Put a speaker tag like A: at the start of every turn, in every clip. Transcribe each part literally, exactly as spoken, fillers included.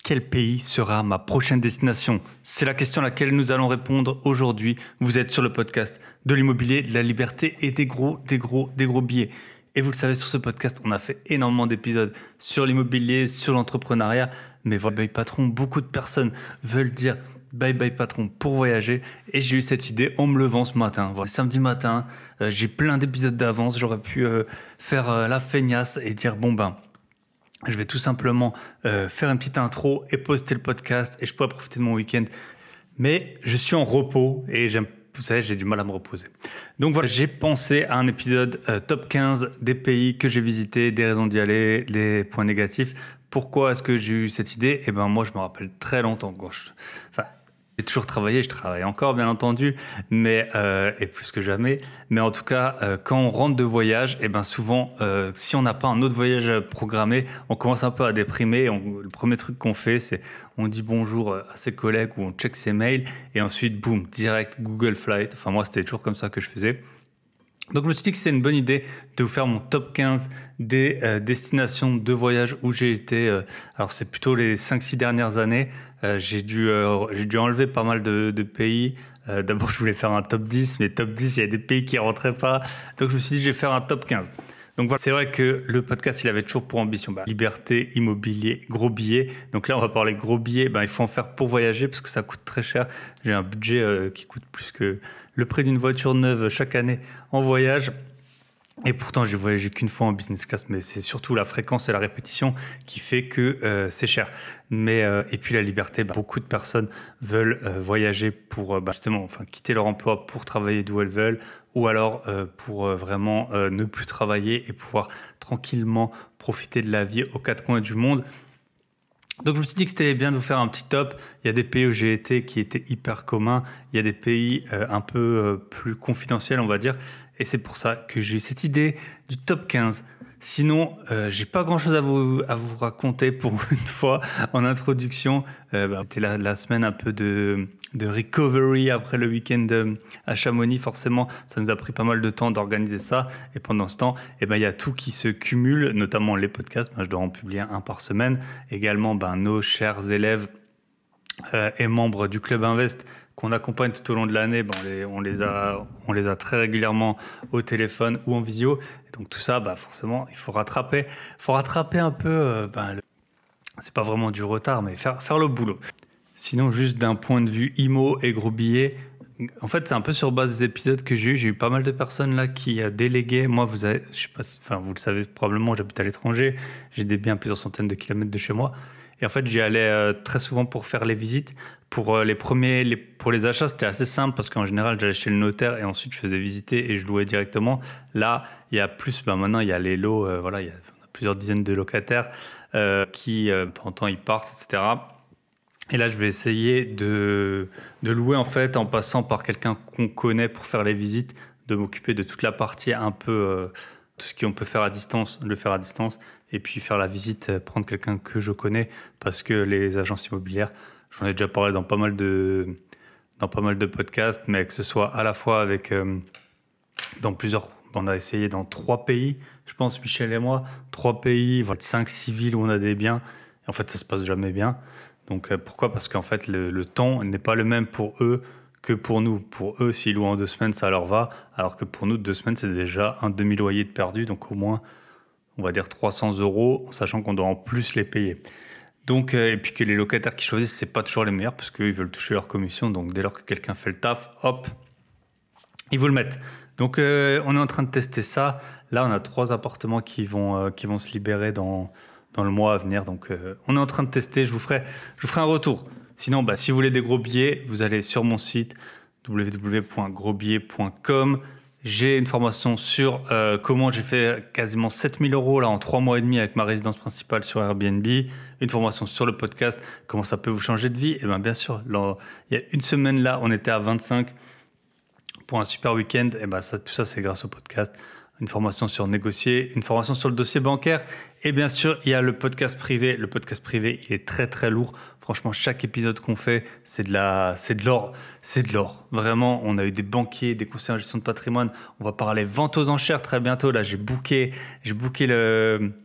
A: Quel pays sera ma prochaine destination? C'est la question à laquelle nous allons répondre aujourd'hui. Vous êtes sur le podcast de l'immobilier, de la liberté et des gros, des gros, des gros billets. Et vous le savez, sur ce podcast, on a fait énormément d'épisodes sur l'immobilier, sur l'entrepreneuriat. Mais voilà, bye patron, beaucoup de personnes veulent dire bye bye patron pour voyager. Et j'ai eu cette idée en me levant ce matin. Voilà, samedi matin, euh, j'ai plein d'épisodes d'avance. J'aurais pu euh, faire euh, la feignasse et dire bon ben, je vais tout simplement euh, faire une petite intro et poster le podcast et je pourrais profiter de mon week-end. Mais je suis en repos et j'aime, vous savez, j'ai du mal à me reposer. Donc voilà, j'ai pensé à un épisode euh, top quinze des pays que j'ai visités, des raisons d'y aller, les points négatifs. Pourquoi est-ce que j'ai eu cette idée? Eh ben moi, je me rappelle très longtemps. Quand je, enfin, j'ai toujours travaillé, je travaille encore bien entendu, mais euh, et plus que jamais. Mais en tout cas, euh, quand on rentre de voyage, eh ben souvent, euh, si on n'a pas un autre voyage programmé, on commence un peu à déprimer. On, le premier truc qu'on fait, c'est on dit bonjour à ses collègues ou on check ses mails et ensuite, boum, direct Google Flight. Enfin moi, c'était toujours comme ça que je faisais. Donc je me suis dit que c'est une bonne idée de vous faire mon top quinze des euh, destinations de voyage où j'ai été. Euh, alors c'est plutôt les cinq six dernières années. Euh, j'ai dû euh, j'ai dû enlever pas mal de, de pays. Euh, d'abord je voulais faire un top dix, mais top dix il y a des pays qui rentraient pas. Donc je me suis dit je vais faire un top quinze. Donc voilà, c'est vrai que le podcast, il avait toujours pour ambition bah, liberté, immobilier, gros billets. Donc là, on va parler gros billets. Ben, il faut en faire pour voyager parce que ça coûte très cher. J'ai un budget euh, qui coûte plus que le prix d'une voiture neuve chaque année en voyage. Et pourtant, j'ai voyagé qu'une fois en business class, mais c'est surtout la fréquence et la répétition qui fait que euh, c'est cher. Mais euh, et puis la liberté, bah, beaucoup de personnes veulent euh, voyager pour euh, bah, justement, enfin quitter leur emploi pour travailler d'où elles veulent, ou alors euh, pour euh, vraiment euh, ne plus travailler et pouvoir tranquillement profiter de la vie aux quatre coins du monde. Donc je me suis dit que c'était bien de vous faire un petit top. Il y a des pays où j'ai été qui étaient hyper communs. Il y a des pays euh, un peu euh, plus confidentiels, on va dire. Et c'est pour ça que j'ai eu cette idée du top quinze. Sinon, euh, j'ai pas grand-chose à vous, à vous raconter pour une fois en introduction. Euh, bah, c'était la, la semaine un peu de, de recovery après le week-end à Chamonix. Forcément, ça nous a pris pas mal de temps d'organiser ça. Et pendant ce temps, eh ben, il y a tout qui se cumule, notamment les podcasts. Ben, je dois en publier un par semaine. Également, ben, nos chers élèves euh, et membres du Club Invest qu'on accompagne tout au long de l'année, ben on, les, on, les a, on les a très régulièrement au téléphone ou en visio. Et donc tout ça, ben forcément, il faut rattraper. Il faut rattraper un peu, euh, ben, le... c'est pas vraiment du retard, mais faire, faire le boulot. Sinon, juste d'un point de vue immo et gros billets, en fait, c'est un peu sur base des épisodes que j'ai eu. J'ai eu pas mal de personnes là qui a délégué. Moi, vous avez, je sais pas, si, enfin, vous le savez probablement, j'habite à l'étranger. J'ai des biens à plusieurs centaines de kilomètres de chez moi. Et en fait, j'y allais euh, très souvent pour faire les visites. Pour euh, les premiers, les, pour les achats, c'était assez simple parce qu'en général, j'allais chez le notaire et ensuite je faisais visiter et je louais directement. Là, il y a plus, ben maintenant, il y a les lots, euh, voilà, il y a, on a plusieurs dizaines de locataires euh, qui, euh, de temps en temps, ils partent, et cetera. Et là, je vais essayer de, de louer en fait en passant par quelqu'un qu'on connaît pour faire les visites, de m'occuper de toute la partie un peu, euh, tout ce qu'on peut faire à distance, le faire à distance, et puis faire la visite, euh, prendre quelqu'un que je connais, parce que les agences immobilières, j'en ai déjà parlé dans pas mal de, dans pas mal de podcasts, mais que ce soit à la fois avec, euh, dans plusieurs, on a essayé dans trois pays, je pense, Michel et moi, trois pays, cinq, six villes où on a des biens, et en fait, ça se passe jamais bien. Donc euh, pourquoi? Parce qu'en fait, le, le temps n'est pas le même pour eux que pour nous. Pour eux, s'ils louent en deux semaines, ça leur va. Alors que pour nous, deux semaines, c'est déjà un demi-loyer de perdu. Donc au moins, on va dire trois cents euros, en sachant qu'on doit en plus les payer. Donc, euh, et puis que les locataires qui choisissent, c'est pas toujours les meilleurs parce qu'eux, ils veulent toucher leur commission. Donc dès lors que quelqu'un fait le taf, hop, ils vous le mettent. Donc euh, on est en train de tester ça. Là, on a trois appartements qui vont, euh, qui vont se libérer dans... dans le mois à venir. Donc, euh, on est en train de tester. Je vous ferai, je vous ferai un retour. Sinon, bah, si vous voulez des gros billets, vous allez sur mon site w w w point gros billets point com. J'ai une formation sur euh, comment j'ai fait quasiment sept mille euros là, en trois mois et demi avec ma résidence principale sur Airbnb. Une formation sur le podcast, comment ça peut vous changer de vie. Et bien, bien sûr, là, il y a une semaine là, on était à vingt-cinq pour un super week-end. Et ben, ça, tout ça, c'est grâce au podcast. Une formation sur négocier, une formation sur le dossier bancaire. Et bien sûr, il y a le podcast privé. Le podcast privé, il est très, très lourd. Franchement, chaque épisode qu'on fait, c'est de la, c'est de l'or. C'est de l'or. Vraiment, on a eu des banquiers, des conseillers en gestion de patrimoine. On va parler vente aux enchères très bientôt. Là, j'ai booké, j'ai booké le,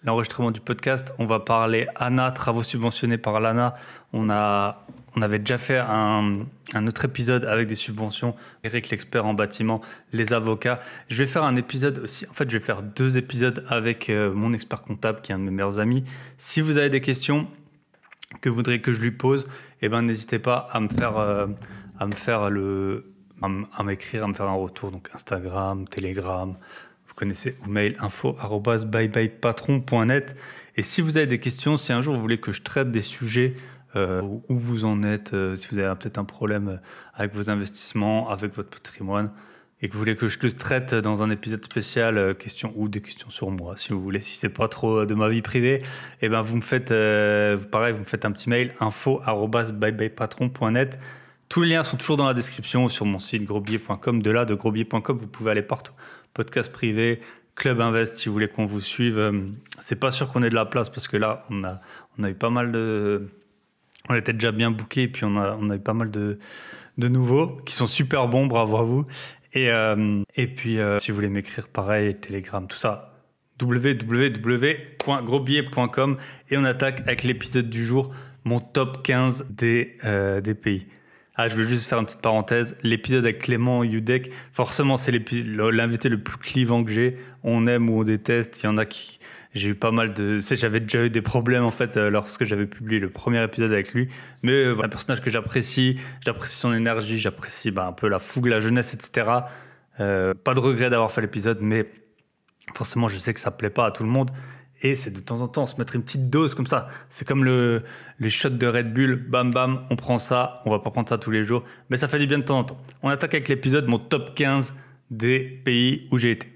A: l'enregistrement du podcast. On va parler A N A, travaux subventionnés par l'A N A. On, a, on avait déjà fait un, un autre épisode avec des subventions. Eric, l'expert en bâtiment, les avocats. Je vais faire un épisode aussi. En fait, je vais faire deux épisodes avec euh, mon expert comptable, qui est un de mes meilleurs amis. Si vous avez des questions que vous voudriez que je lui pose, eh ben, n'hésitez pas à me faire, euh, à me faire le, à, m- à m'écrire, à me faire un retour. Donc Instagram, Telegram. Vous connaissez, ou mail info arobase bye bye patron point net. Et si vous avez des questions, si un jour vous voulez que je traite des sujets, euh, où vous en êtes, euh, si vous avez peut-être un problème avec vos investissements, avec votre patrimoine, et que vous voulez que je le traite dans un épisode spécial, euh, questions ou des questions sur moi, si vous voulez, si c'est pas trop euh, de ma vie privée, et ben vous me faites, euh, pareil, vous me faites un petit mail info arobase bye bye patron point net. Tous les liens sont toujours dans la description sur mon site grosbillet point com. De là, de grosbillet point com, vous pouvez aller partout. Podcast privé, Club Invest, si vous voulez qu'on vous suive. Euh, c'est pas sûr qu'on ait de la place parce que là, on a, on a eu pas mal de. On était déjà bien bookés et puis on a, on a eu pas mal de, de nouveaux qui sont super bons, bravo à vous. Et, euh, et puis, euh, si vous voulez m'écrire, pareil, Telegram, tout ça, w w w point grosbillet point com. Et on attaque avec l'épisode du jour, mon top quinze des, euh, des pays. Ah, je veux juste faire une petite parenthèse. L'épisode avec Clément Yudek, forcément, c'est l'invité le plus clivant que j'ai. On aime ou on déteste. Il y en a qui. J'ai eu pas mal de. Tu sais, j'avais déjà eu des problèmes en fait euh, lorsque j'avais publié le premier épisode avec lui. Mais euh, voilà, un personnage que j'apprécie. J'apprécie son énergie. J'apprécie bah, un peu la fougue, la jeunesse, et cetera. Euh, pas de regret d'avoir fait l'épisode, mais forcément, je sais que ça plaît pas à tout le monde. Et c'est de temps en temps se mettre une petite dose comme ça. C'est comme le, les shots de Red Bull. Bam, bam, on prend ça. On va pas prendre ça tous les jours. Mais ça fait du bien de temps en temps. On attaque avec l'épisode, mon top quinze des pays où j'ai été.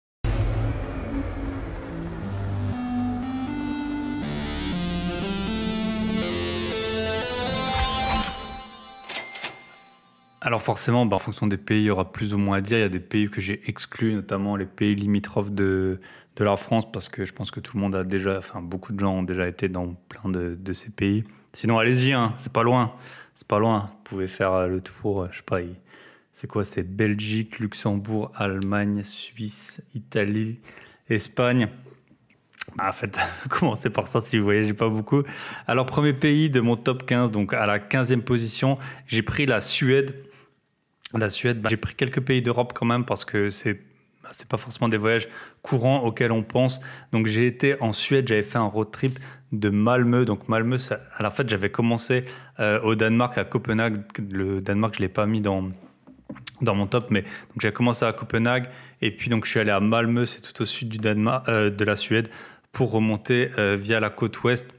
A: Alors forcément, bah, en fonction des pays, il y aura plus ou moins à dire. Il y a des pays que j'ai exclus, notamment les pays limitrophes de, de la France, parce que je pense que tout le monde a déjà, enfin beaucoup de gens ont déjà été dans plein de, de ces pays. Sinon, allez-y, hein, c'est pas loin, c'est pas loin. Vous pouvez faire euh, le tour, euh, je sais pas, il- c'est quoi? C'est Belgique, Luxembourg, Allemagne, Suisse, Italie, Espagne. Ah, en fait, commencez par ça si vous voyagez pas beaucoup. Alors, premier pays de mon top quinze, donc à la quinzième position, j'ai pris la Suède. La Suède, bah, j'ai pris quelques pays d'Europe quand même parce que c'est bah, c'est pas forcément des voyages courants auxquels on pense. Donc j'ai été en Suède, j'avais fait un road trip de Malmö. Donc Malmö, ça, à la fait, j'avais commencé euh, au Danemark, à Copenhague. Le Danemark, je l'ai pas mis dans dans mon top, mais donc j'ai commencé à Copenhague et puis donc je suis allé à Malmö, c'est tout au sud du Danemark, euh, de la Suède, pour remonter euh, via la côte ouest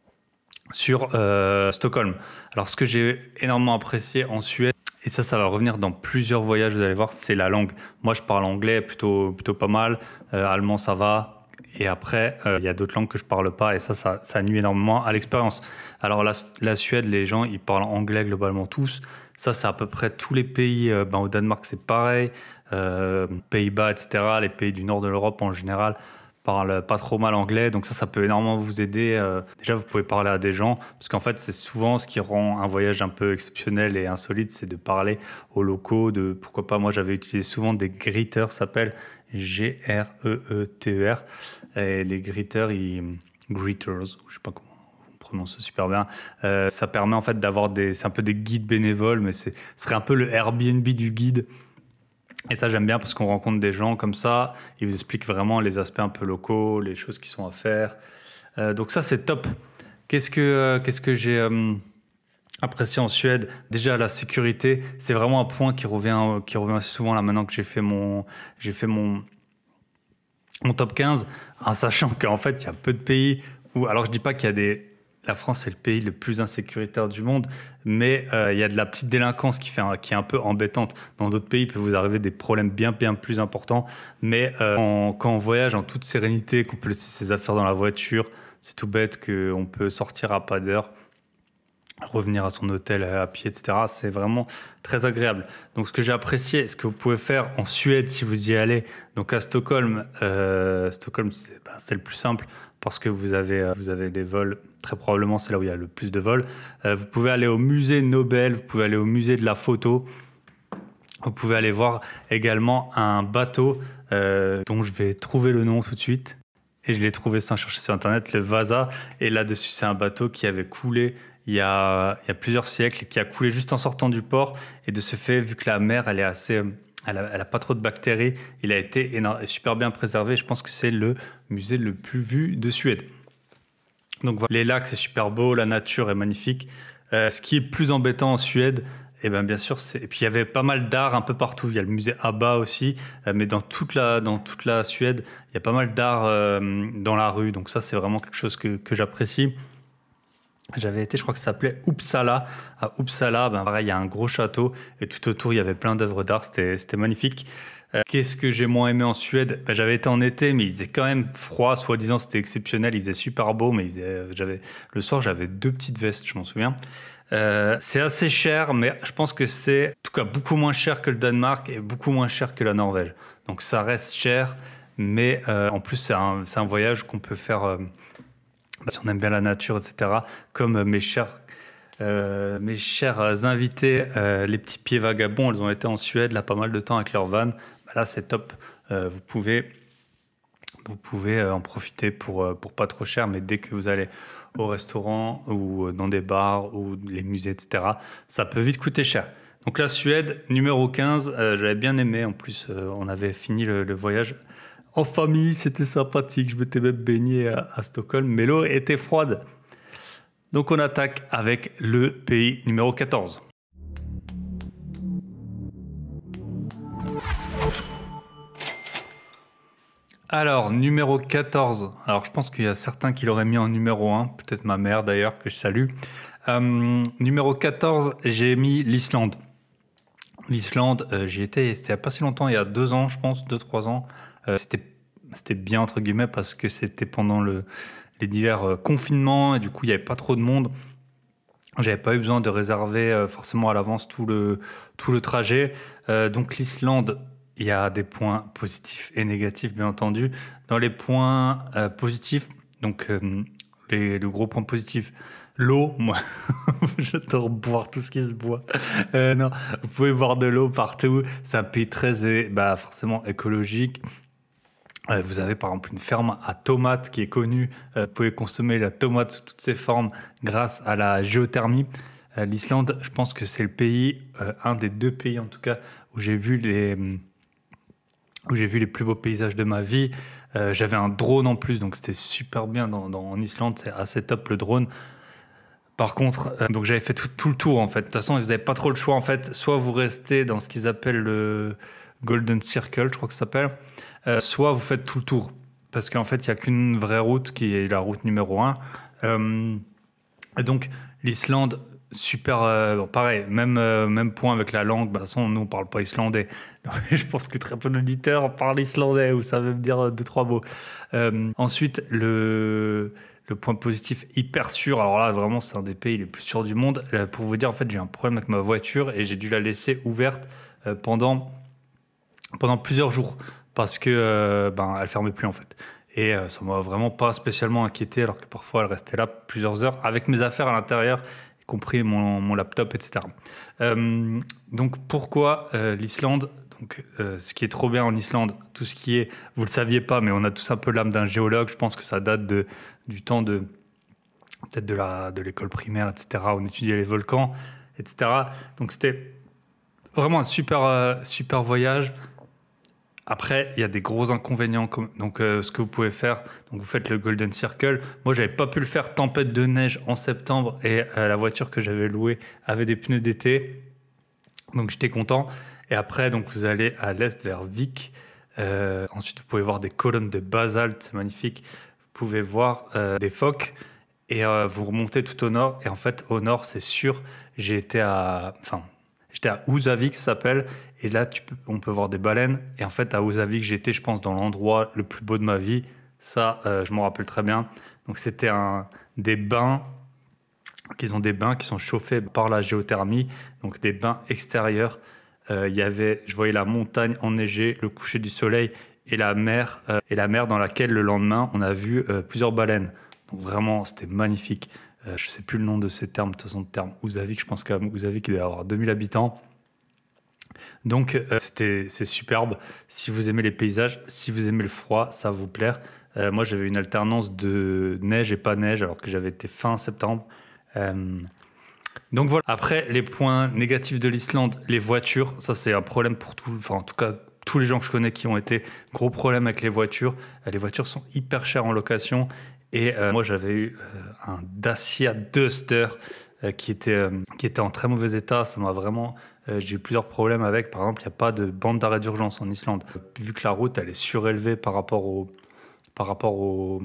A: sur euh, Stockholm. Alors ce que j'ai énormément apprécié en Suède, et ça, ça va revenir dans plusieurs voyages, vous allez voir, c'est la langue. Moi, je parle anglais plutôt, plutôt pas mal. Euh, allemand, ça va. Et après, euh, il y a d'autres langues que je parle pas. Et ça, ça, ça nuit énormément à l'expérience. Alors, la, la Suède, les gens, ils parlent anglais globalement tous. Ça, c'est à peu près tous les pays. Euh, ben, au Danemark, c'est pareil. Euh, Pays-Bas, et cetera. Les pays du nord de l'Europe, en général, parlent pas trop mal anglais. Donc ça, ça peut énormément vous aider. Euh, déjà, vous pouvez parler à des gens. Parce qu'en fait, c'est souvent ce qui rend un voyage un peu exceptionnel et insolite, c'est de parler aux locaux. De, pourquoi pas, moi, j'avais utilisé souvent des greeters, ça s'appelle G R E E T E R. Et les greeters, ils... greeters, je sais pas comment on prononce super bien. Euh, ça permet en fait d'avoir des... C'est un peu des guides bénévoles, mais c'est, ce serait un peu le Airbnb du guide. Et ça, j'aime bien parce qu'on rencontre des gens comme ça. Ils vous expliquent vraiment les aspects un peu locaux, les choses qui sont à faire. Euh, donc ça, c'est top. Qu'est-ce que, euh, qu'est-ce que j'ai euh, apprécié en Suède? Déjà, la sécurité, c'est vraiment un point qui revient, qui revient assez souvent là maintenant que j'ai fait mon, j'ai fait mon, mon top quinze, en sachant qu'en fait, il y a peu de pays où... Alors, je dis pas qu'il y a des... La France, c'est le pays le plus insécuritaire du monde, mais euh, il y a de la petite délinquance qui, fait un, qui est un peu embêtante. Dans d'autres pays, il peut vous arriver des problèmes bien, bien plus importants. Mais euh, en, quand on voyage en toute sérénité, qu'on peut laisser ses affaires dans la voiture, c'est tout bête qu'on peut sortir à pas d'heure, revenir à son hôtel à pied, et cetera. C'est vraiment très agréable. Donc, ce que j'ai apprécié, ce que vous pouvez faire en Suède si vous y allez, donc à Stockholm, euh, Stockholm, c'est, ben, c'est le plus simple parce que vous avez, euh, vous avez des vols. Très probablement, c'est là où il y a le plus de vols. Euh, vous pouvez aller au musée Nobel, vous pouvez aller au musée de la photo. Vous pouvez aller voir également un bateau euh, dont je vais trouver le nom tout de suite. et je l'ai trouvé sans chercher sur Internet, le Vasa. Et là-dessus, c'est un bateau qui avait coulé il y a, il y a plusieurs siècles, qui a coulé juste en sortant du port. Et de ce fait, vu que la mer, elle est assez... Elle a, elle a pas trop de bactéries. Il a été énorme, super bien préservé. Je pense que c'est le musée le plus vu de Suède. Donc voilà, les lacs, c'est super beau, la nature est magnifique. Euh, ce qui est plus embêtant en Suède, eh ben bien sûr, c'est... Et puis il y avait pas mal d'art un peu partout. Il y a le musée Abba aussi, euh, mais dans toute la dans toute la Suède, il y a pas mal d'art euh, dans la rue. Donc ça, c'est vraiment quelque chose que que j'apprécie. J'avais été, je crois que ça s'appelait Uppsala. À Uppsala, ben pareil, il y a un gros château et tout autour, il y avait plein d'œuvres d'art. C'était, c'était magnifique. Euh, qu'est-ce que j'ai moins aimé en Suède? Ben, j'avais été en été, mais il faisait quand même froid. Soi-disant, c'était exceptionnel. Il faisait super beau, mais il faisait, j'avais, le soir, j'avais deux petites vestes, je m'en souviens. Euh, c'est assez cher, mais je pense que c'est en tout cas beaucoup moins cher que le Danemark et beaucoup moins cher que la Norvège. Donc ça reste cher, mais euh, en plus, c'est un, c'est un voyage qu'on peut faire... Euh, si on aime bien la nature, et cetera, comme mes chers, euh, mes chers invités, euh, les petits pieds vagabonds, elles ont été en Suède là pas mal de temps avec leur van. Bah là, c'est top. Euh, vous pouvez, vous pouvez en profiter pour, pour pas trop cher, mais dès que vous allez au restaurant ou dans des bars ou les musées, et cetera, ça peut vite coûter cher. Donc la Suède, numéro quinze, euh, j'avais bien aimé. En plus, euh, on avait fini le, le voyage en famille, c'était sympathique. Je m'étais même baigné à, à Stockholm, mais l'eau était froide. Donc on attaque avec le pays numéro quatorze. Alors, numéro quatorze. Alors, je pense qu'il y a certains qui l'auraient mis en numéro un. Peut-être ma mère, d'ailleurs, que je salue. Euh, numéro quatorze, j'ai mis l'Islande. L'Islande, euh, j'y étais, c'était il n'y a pas si longtemps, il y a deux ans, je pense, deux, trois ans. Euh, c'était, c'était bien, entre guillemets, parce que c'était pendant le, les divers euh, confinements, et du coup, il n'y avait pas trop de monde. J'avais pas eu besoin de réserver euh, forcément à l'avance tout le, tout le trajet. Euh, donc, l'Islande, il y a des points positifs et négatifs, bien entendu. Dans les points euh, positifs, donc, euh, les, le gros point positif, l'eau, moi, j'adore boire tout ce qui se boit. Euh, non, vous pouvez boire de l'eau partout. C'est un pays très, bah, forcément écologique. Euh, vous avez par exemple une ferme à tomates qui est connue. Euh, vous pouvez consommer la tomate sous toutes ses formes grâce à la géothermie. Euh, L'Islande, je pense que c'est le pays, euh, un des deux pays en tout cas, où j'ai vu les, où j'ai vu les plus beaux paysages de ma vie. Euh, j'avais un drone en plus, donc c'était super bien dans, dans, en Islande. C'est assez top le drone. Par contre, euh, donc j'avais fait tout, tout le tour en fait. De toute façon, vous n'avez pas trop le choix en fait. Soit vous restez dans ce qu'ils appellent le Golden Circle, je crois que ça s'appelle, euh, soit vous faites tout le tour. Parce qu'en fait, il n'y a qu'une vraie route qui est la route numéro un. Euh, et donc, l'Islande, super, euh, bon, pareil, même, euh, même point avec la langue. Bah, de toute façon, nous, on ne parle pas islandais. Donc, je pense que très peu d'auditeurs parlent islandais ou savent me dire deux, trois mots. Euh, ensuite, le... Le point positif, hyper sûr. Alors là, vraiment, c'est un des pays les plus sûrs du monde. Euh, pour vous dire, en fait, j'ai un problème avec ma voiture et j'ai dû la laisser ouverte euh, pendant, pendant plusieurs jours parce que euh, ben, elle fermait plus en fait. Et euh, ça m'a vraiment pas spécialement inquiété alors que parfois elle restait là plusieurs heures avec mes affaires à l'intérieur, y compris mon, mon laptop, et cetera. Euh, donc pourquoi euh, l'Islande? Donc, euh, ce qui est trop bien en Islande, tout ce qui est, vous le saviez pas, mais on a tous un peu l'âme d'un géologue. Je pense que ça date de, du temps de, peut-être de la, de l'école primaire, et cetera. On étudiait les volcans, et cetera. Donc, c'était vraiment un super, euh, super voyage. Après, il y a des gros inconvénients. Comme, donc, euh, ce que vous pouvez faire, donc vous faites le Golden Circle. Moi, j'avais pas pu le faire tempête de neige en septembre et euh, la voiture que j'avais louée avait des pneus d'été. Donc, j'étais content. Et après, donc, vous allez à l'est vers Vik. Euh, ensuite, vous pouvez voir des colonnes de basalte, c'est magnifique. Vous pouvez voir euh, des phoques et euh, vous remontez tout au nord. Et en fait, au nord, c'est sûr, j'ai été à, enfin, j'étais à Húsavík, ça s'appelle. Et là, tu peux, on peut voir des baleines. Et en fait, à Húsavík, j'étais, je pense, dans l'endroit le plus beau de ma vie. Ça, euh, je m'en rappelle très bien. Donc, c'était un, des bains. Ils ont des bains qui sont chauffés par la géothermie, donc des bains extérieurs. Euh, y avait, je voyais la montagne enneigée, le coucher du soleil et la mer, euh, et la mer dans laquelle le lendemain on a vu euh, plusieurs baleines. Donc vraiment, c'était magnifique. Euh, je ne sais plus le nom de ces termes, de toute façon, de terme Húsavík. Je pense qu'à Húsavík, il doit y avoir deux mille habitants. Donc, euh, c'était, c'est superbe. Si vous aimez les paysages, si vous aimez le froid, ça va vous plaire. Euh, moi, j'avais une alternance de neige et pas neige, alors que j'avais été fin septembre. Euh, donc voilà. Après, les points négatifs de l'Islande, les voitures, ça c'est un problème pour tout, enfin en tout cas tous les gens que je connais qui ont été gros problème avec les voitures. Euh, les voitures sont hyper chères en location et euh, moi j'avais eu euh, un Dacia Duster euh, qui était euh, qui était en très mauvais état. Ça m'a vraiment, euh, j'ai eu plusieurs problèmes avec. Par exemple, il n'y a pas de bande d'arrêt d'urgence en Islande. Vu que la route elle est surélevée par rapport au par rapport au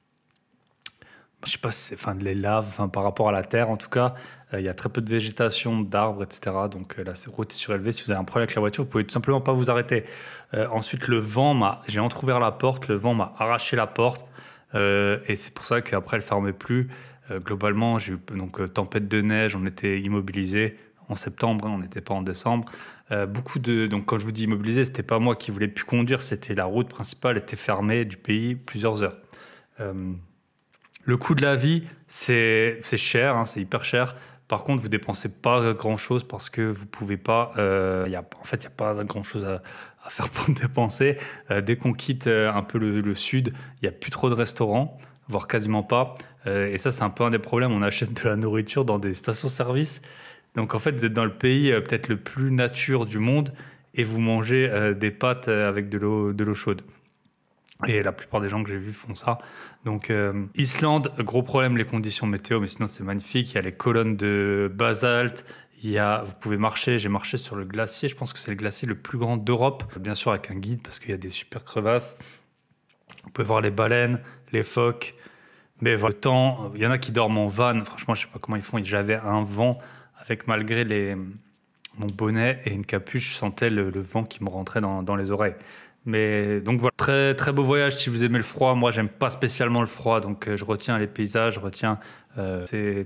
A: je sais pas si c'est enfin, les laves, enfin, par rapport à la terre en tout cas, euh, il y a très peu de végétation, d'arbres, et cetera. Donc euh, la route est surélevée. Si vous avez un problème avec la voiture, vous pouvez tout simplement pas vous arrêter. Euh, ensuite, le vent m'a, j'ai entrouvert la porte, le vent m'a arraché la porte, euh, et c'est pour ça qu'après elle fermait plus. Euh, globalement, j'ai eu donc euh, tempête de neige, on était immobilisés en septembre, hein, on n'était pas en décembre. Euh, beaucoup de donc quand je vous dis immobilisé, c'était pas moi qui voulais plus conduire, c'était la route principale était fermée du pays plusieurs heures. Euh, le coût de la vie, c'est c'est cher, hein, c'est hyper cher. Par contre, vous dépensez pas grand-chose parce que vous pouvez pas. Euh, y a, en fait, il n'y a pas grand-chose à, à faire pour dépenser. Euh, dès qu'on quitte euh, un peu le, le sud, il n'y a plus trop de restaurants, voire quasiment pas. Euh, et ça, c'est un peu un des problèmes. On achète de la nourriture dans des stations-service. Donc, en fait, vous êtes dans le pays euh, peut-être le plus nature du monde et vous mangez euh, des pâtes euh, avec de l'eau de l'eau chaude. Et la plupart des gens que j'ai vus font ça. Donc, euh, Islande, gros problème, les conditions météo, mais sinon c'est magnifique. Il y a les colonnes de basalte. Il y a, vous pouvez marcher. J'ai marché sur le glacier. Je pense que c'est le glacier le plus grand d'Europe. Bien sûr, avec un guide parce qu'il y a des super crevasses. Vous pouvez voir les baleines, les phoques. Mais voilà, le temps, il y en a qui dorment en van. Franchement, je sais pas comment ils font. J'avais un vent avec malgré les, mon bonnet et une capuche. Je sentais le, le vent qui me rentrait dans, dans les oreilles. Mais donc voilà, très très beau voyage si vous aimez le froid. Moi, j'aime pas spécialement le froid, donc euh, je retiens les paysages, je retiens euh, c'est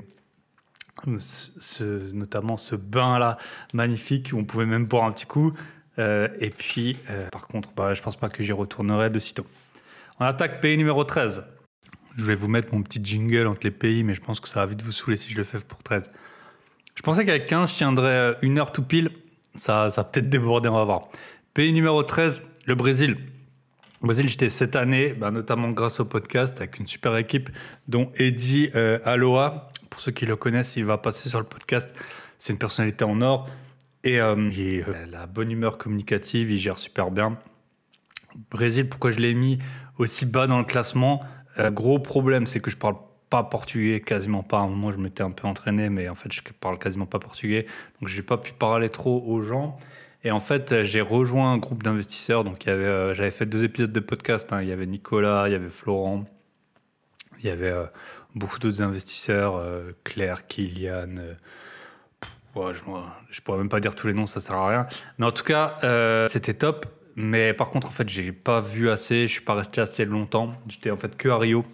A: ce, notamment ce bain là magnifique où on pouvait même boire un petit coup. Euh, et puis, euh, par contre, bah, je pense pas que j'y retournerai de sitôt. On attaque pays numéro treize. Je vais vous mettre mon petit jingle entre les pays, mais je pense que ça va vite vous saouler si je le fais pour treize. Je pensais qu'avec quinze, je tiendrais une heure tout pile. Ça, ça va peut-être déborder, on va voir. Pays numéro treize, le Brésil. Au Brésil, j'étais cette année, bah, notamment grâce au podcast, avec une super équipe, dont Eddie euh, Aloha. Pour ceux qui le connaissent, il va passer sur le podcast. C'est une personnalité en or. Et euh, il a la bonne humeur communicative, il gère super bien. Brésil, pourquoi je l'ai mis aussi bas dans le classement? euh, Gros problème, c'est que je parle pas portugais, quasiment pas. À un moment, je m'étais un peu entraîné, mais en fait, je parle quasiment pas portugais. Donc, j'ai pas pu parler trop aux gens. Et en fait, j'ai rejoint un groupe d'investisseurs. Donc, il y avait, euh, j'avais fait deux épisodes de podcast, hein. Il y avait Nicolas, il y avait Florent, il y avait euh, beaucoup d'autres investisseurs, euh, Claire, Kylian. Euh, ouais, je, je pourrais même pas dire tous les noms, ça sert à rien. Mais en tout cas, euh, c'était top. Mais par contre, en fait, j'ai pas vu assez. Je suis pas resté assez longtemps. J'étais en fait que à Rio,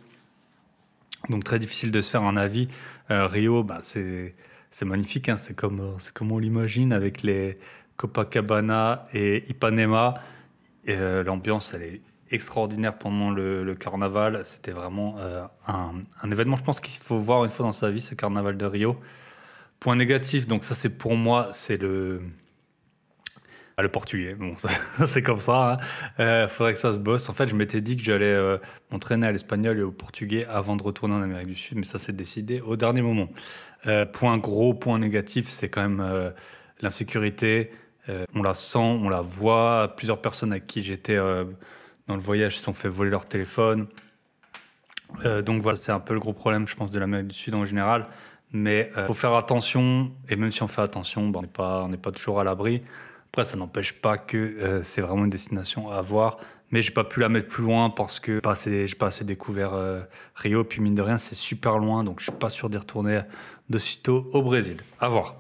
A: donc très difficile de se faire un avis. Euh, Rio, bah, c'est c'est magnifique, hein. C'est comme euh, c'est comme on l'imagine avec les Copacabana et Ipanema. Et, euh, l'ambiance, elle est extraordinaire pendant le, le carnaval. C'était vraiment euh, un, un événement, je pense qu'il faut voir une fois dans sa vie, ce carnaval de Rio. Point négatif, donc ça c'est pour moi, c'est le, ah, le portugais. Bon, ça, c'est comme ça. Il hein. euh, faudrait que ça se bosse. En fait, je m'étais dit que j'allais euh, m'entraîner à l'espagnol et au portugais avant de retourner en Amérique du Sud, mais ça s'est décidé au dernier moment. Euh, point gros, point négatif, c'est quand même euh, l'insécurité. Euh, on la sent, on la voit. Plusieurs personnes avec qui j'étais euh, dans le voyage se sont fait voler leur téléphone. Euh, donc voilà, c'est un peu le gros problème, je pense, de l'Amérique du Sud en général. Mais il euh, faut faire attention, et même si on fait attention, bah, on n'est pas, on n'est pas toujours à l'abri. Après, ça n'empêche pas que euh, c'est vraiment une destination à voir. Mais j'ai pas pu la mettre plus loin parce que j'ai pas assez, j'ai pas assez découvert euh, Rio. Puis mine de rien, c'est super loin, donc je suis pas sûr d'y retourner de sitôt au Brésil. À voir.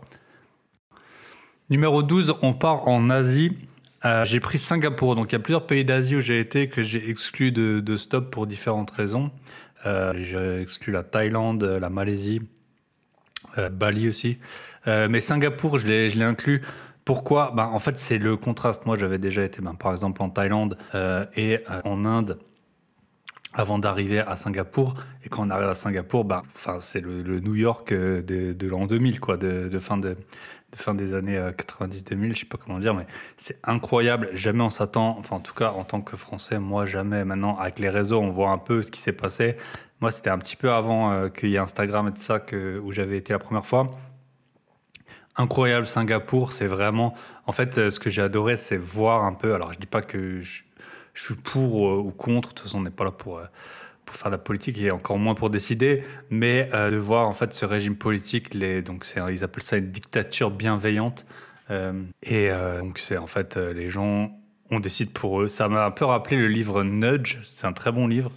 A: Numéro douze, on part en Asie. Euh, j'ai pris Singapour. Donc il y a plusieurs pays d'Asie où j'ai été que j'ai exclu de, de stop pour différentes raisons. Euh, j'ai exclu la Thaïlande, la Malaisie, euh, Bali aussi. Euh, mais Singapour, je l'ai, je l'ai inclus. Pourquoi? Ben, en fait, c'est le contraste. Moi, j'avais déjà été, ben, par exemple, en Thaïlande euh, et euh, en Inde avant d'arriver à Singapour. Et quand on arrive à Singapour, ben, c'est le, le New York de, de l'an deux mille, quoi, de, de fin de, de fin des années euh, quatre-vingt-dix deux mille, je sais pas comment dire, mais c'est incroyable. Jamais on s'attend, enfin en tout cas en tant que Français, moi jamais. Maintenant avec les réseaux, on voit un peu ce qui s'est passé. Moi c'était un petit peu avant euh, qu'il y ait Instagram et tout ça que, où j'avais été la première fois. Incroyable Singapour, c'est vraiment... En fait, euh, ce que j'ai adoré, c'est voir un peu... Alors je dis pas que je, je suis pour euh, ou contre, de toute façon on n'est pas là pour... euh, pour faire de la politique et encore moins pour décider, mais euh, de voir en fait ce régime politique, les, donc c'est, ils appellent ça une dictature bienveillante, euh, et euh, donc c'est en fait euh, les gens, on décide pour eux. Ça m'a un peu rappelé le livre Nudge, c'est un très bon livre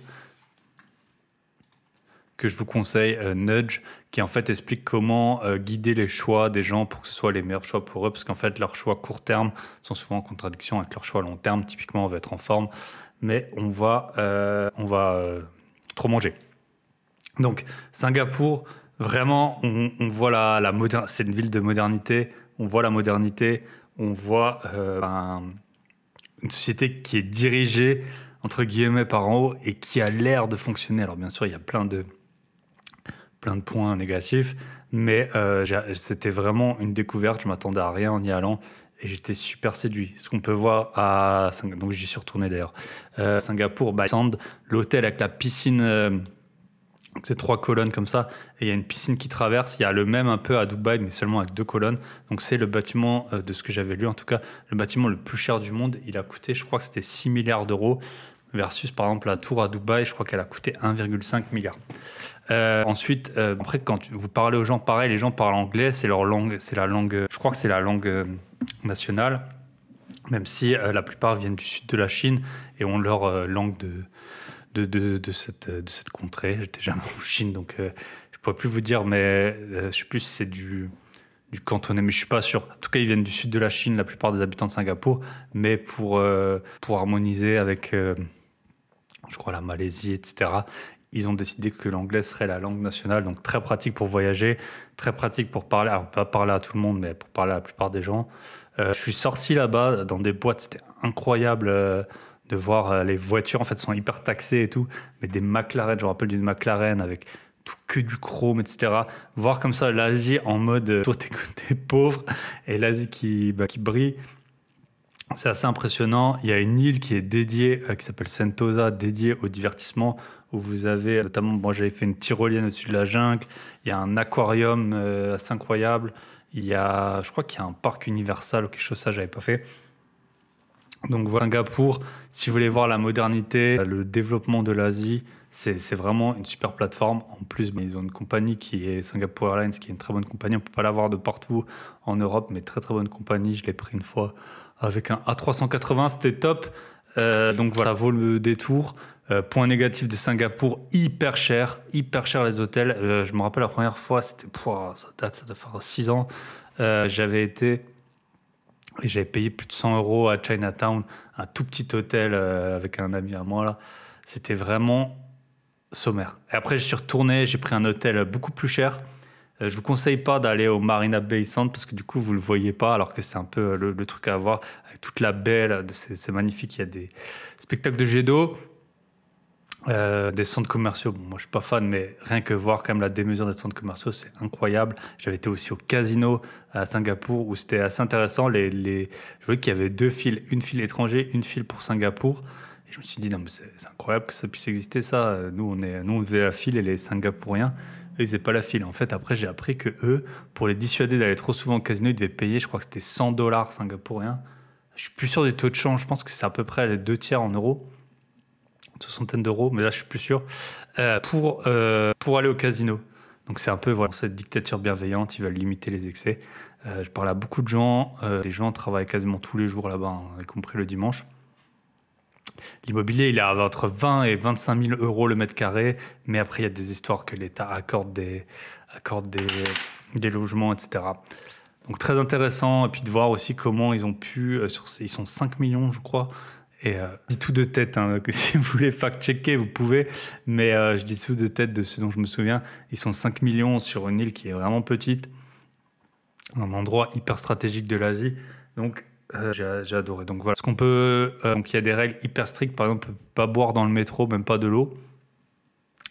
A: que je vous conseille, euh, Nudge, qui en fait explique comment euh, guider les choix des gens pour que ce soit les meilleurs choix pour eux, parce qu'en fait leurs choix court terme sont souvent en contradiction avec leurs choix long terme. Typiquement, on va être en forme, mais on va, euh, on va euh, trop manger. Donc Singapour, vraiment, on, on voit la, la modernité. C'est une ville de modernité. On voit la modernité. On voit euh, un- une société qui est dirigée entre guillemets par en haut et qui a l'air de fonctionner. Alors bien sûr, il y a plein de plein de points négatifs, mais euh, j'ai- c'était vraiment une découverte. Je m'attendais à rien en y allant et j'étais super séduit. Ce qu'on peut voir à Sing- donc j'y suis retourné d'ailleurs. Euh, Singapour, by Sand, l'hôtel avec la piscine. euh, C'est trois colonnes comme ça, et il y a une piscine qui traverse. Il y a le même un peu à Dubaï, mais seulement avec deux colonnes. Donc c'est le bâtiment, euh, de ce que j'avais lu en tout cas, le bâtiment le plus cher du monde. Il a coûté, je crois que c'était six milliards d'euros, versus par exemple la tour à Dubaï, je crois qu'elle a coûté un virgule cinq milliard. Euh, ensuite, euh, après, quand tu- vous parlez aux gens, pareil, les gens parlent anglais, c'est leur langue, c'est la langue, euh, je crois que c'est la langue euh, nationale, même si euh, la plupart viennent du sud de la Chine et ont leur euh, langue de de, de, de cette, de cette contrée. J'étais jamais en Chine, donc euh, je ne pourrais plus vous dire, mais euh, je ne sais plus si c'est du, du cantonais, mais je ne suis pas sûr. En tout cas, ils viennent du sud de la Chine, la plupart des habitants de Singapour, mais pour, euh, pour harmoniser avec, euh, je crois, la Malaisie, et cetera, ils ont décidé que l'anglais serait la langue nationale, donc très pratique pour voyager, très pratique pour parler, alors pas parler à tout le monde, mais pour parler à la plupart des gens. Euh, je suis sorti là-bas dans des boîtes, c'était incroyable euh, de voir euh, les voitures, en fait, sont hyper taxées et tout, mais des McLaren, je me rappelle d'une McLaren avec tout que du chrome, et cetera. Voir comme ça l'Asie en mode, euh, toi t'es, t'es pauvre, et l'Asie qui, bah, qui brille. C'est assez impressionnant. Il y a une île qui est dédiée, euh, qui s'appelle Sentosa, dédiée au divertissement, où vous avez, notamment, moi j'avais fait une tyrolienne au-dessus de la jungle. Il y a un aquarium euh, assez incroyable. Il y a, je crois qu'il y a un parc Universal ou quelque chose, ça j'avais pas fait. Donc voilà, Singapour, si vous voulez voir la modernité, le développement de l'Asie, c'est c'est vraiment une super plateforme. En plus, ben, ils ont une compagnie qui est Singapore Airlines, qui est une très bonne compagnie. On peut pas l'avoir de partout en Europe, mais très très bonne compagnie. Je l'ai pris une fois avec un A trois cent quatre-vingts, c'était top. Euh, donc voilà, vaut le détour. Euh, point négatif de Singapour, hyper cher, hyper cher les hôtels. Euh, je me rappelle la première fois, c'était, pouah, ça date, ça doit faire six ans. Euh, j'avais été et j'avais payé plus de cent euros à Chinatown, un tout petit hôtel euh, avec un ami à moi là. C'était vraiment sommaire. Et après, je suis retourné, j'ai pris un hôtel beaucoup plus cher. Euh, je vous conseille pas d'aller au Marina Bay Sands parce que du coup, vous le voyez pas, alors que c'est un peu le, le truc à voir avec toute la baie. Là, c'est, c'est magnifique. Il y a des spectacles de jet d'eau. Euh, des centres commerciaux, bon, moi je suis pas fan, mais rien que voir quand même la démesure des centres commerciaux, c'est incroyable. J'avais été aussi au casino à Singapour où c'était assez intéressant. Les, les... Je voyais qu'il y avait deux files, une file étranger, une file pour Singapour. Et je me suis dit, non, mais c'est, c'est incroyable que ça puisse exister ça. Nous, on, est, nous, on faisait la file et les Singapouriens, eux, ils faisaient pas la file. En fait, après, j'ai appris que eux, pour les dissuader d'aller trop souvent au casino, ils devaient payer, je crois que c'était cent dollars singapouriens. Je suis plus sûr des taux de change, je pense que c'est à peu près les deux tiers en euros. Une soixantaine d'euros, mais là je suis plus sûr, euh, pour, euh, pour aller au casino. Donc c'est un peu voilà, cette dictature bienveillante, ils veulent limiter les excès. Euh, je parle à beaucoup de gens, euh, les gens travaillent quasiment tous les jours là-bas, hein, y compris le dimanche. L'immobilier, il est à entre vingt et vingt-cinq mille euros le mètre carré, mais après il y a des histoires que l'État accorde des, accorde des, des logements, et cetera. Donc très intéressant, et puis de voir aussi comment ils ont pu, euh, sur ces- ils sont cinq millions je crois, et euh, je dis tout de tête, hein, que si vous voulez fact-checker, vous pouvez, mais euh, je dis tout de tête de ce dont je me souviens. Ils sont cinq millions sur une île qui est vraiment petite, un endroit hyper stratégique de l'Asie. Donc euh, j'ai, j'ai adoré. Donc voilà. Ce qu'on peut, euh, donc il y a des règles hyper strictes. Par exemple, on peut pas boire dans le métro, même pas de l'eau.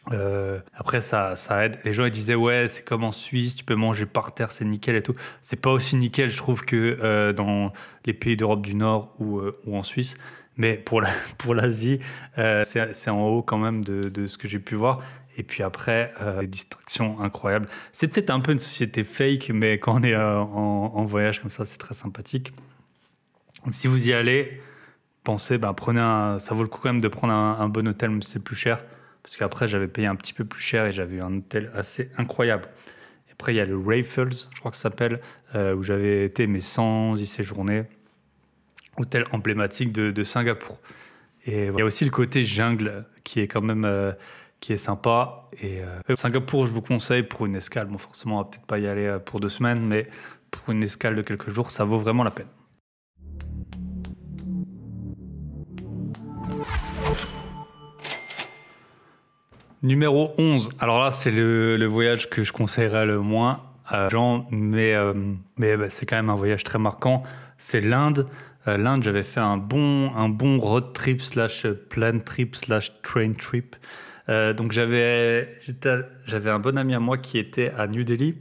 A: Euh, après, ça, ça aide. Les gens ils disaient ouais, c'est comme en Suisse, tu peux manger par terre, c'est nickel et tout. C'est pas aussi nickel, je trouve, que euh, dans les pays d'Europe du Nord ou, euh, ou en Suisse. Mais pour la, pour l'Asie, euh, c'est, c'est en haut quand même de, de ce que j'ai pu voir. Et puis après, euh, des distractions incroyables. C'est peut-être un peu une société fake, mais quand on est euh, en, en voyage comme ça, c'est très sympathique. Donc si vous y allez, pensez, ben, prenez un, ça vaut le coup quand même de prendre un, un bon hôtel, même si c'est plus cher. Parce qu'après, j'avais payé un petit peu plus cher et j'avais eu un hôtel assez incroyable. Et après, il y a le Raffles, je crois que ça s'appelle, euh, où j'avais été, mais sans y séjourner. Hôtel emblématique de, de Singapour. Et il y a aussi le côté jungle qui est quand même euh, qui est sympa. Et euh, Singapour, je vous conseille pour une escale. Bon, forcément, on va peut-être pas y aller euh, pour deux semaines, mais pour une escale de quelques jours, ça vaut vraiment la peine. Numéro onze. Alors là, c'est le, le voyage que je conseillerais le moins à gens, mais, euh, mais bah, c'est quand même un voyage très marquant. C'est l'Inde. Euh, L'Inde, j'avais fait un bon, un bon road trip slash plan trip slash train trip. Euh, donc j'avais, j'étais, j'avais un bon ami à moi qui était à New Delhi.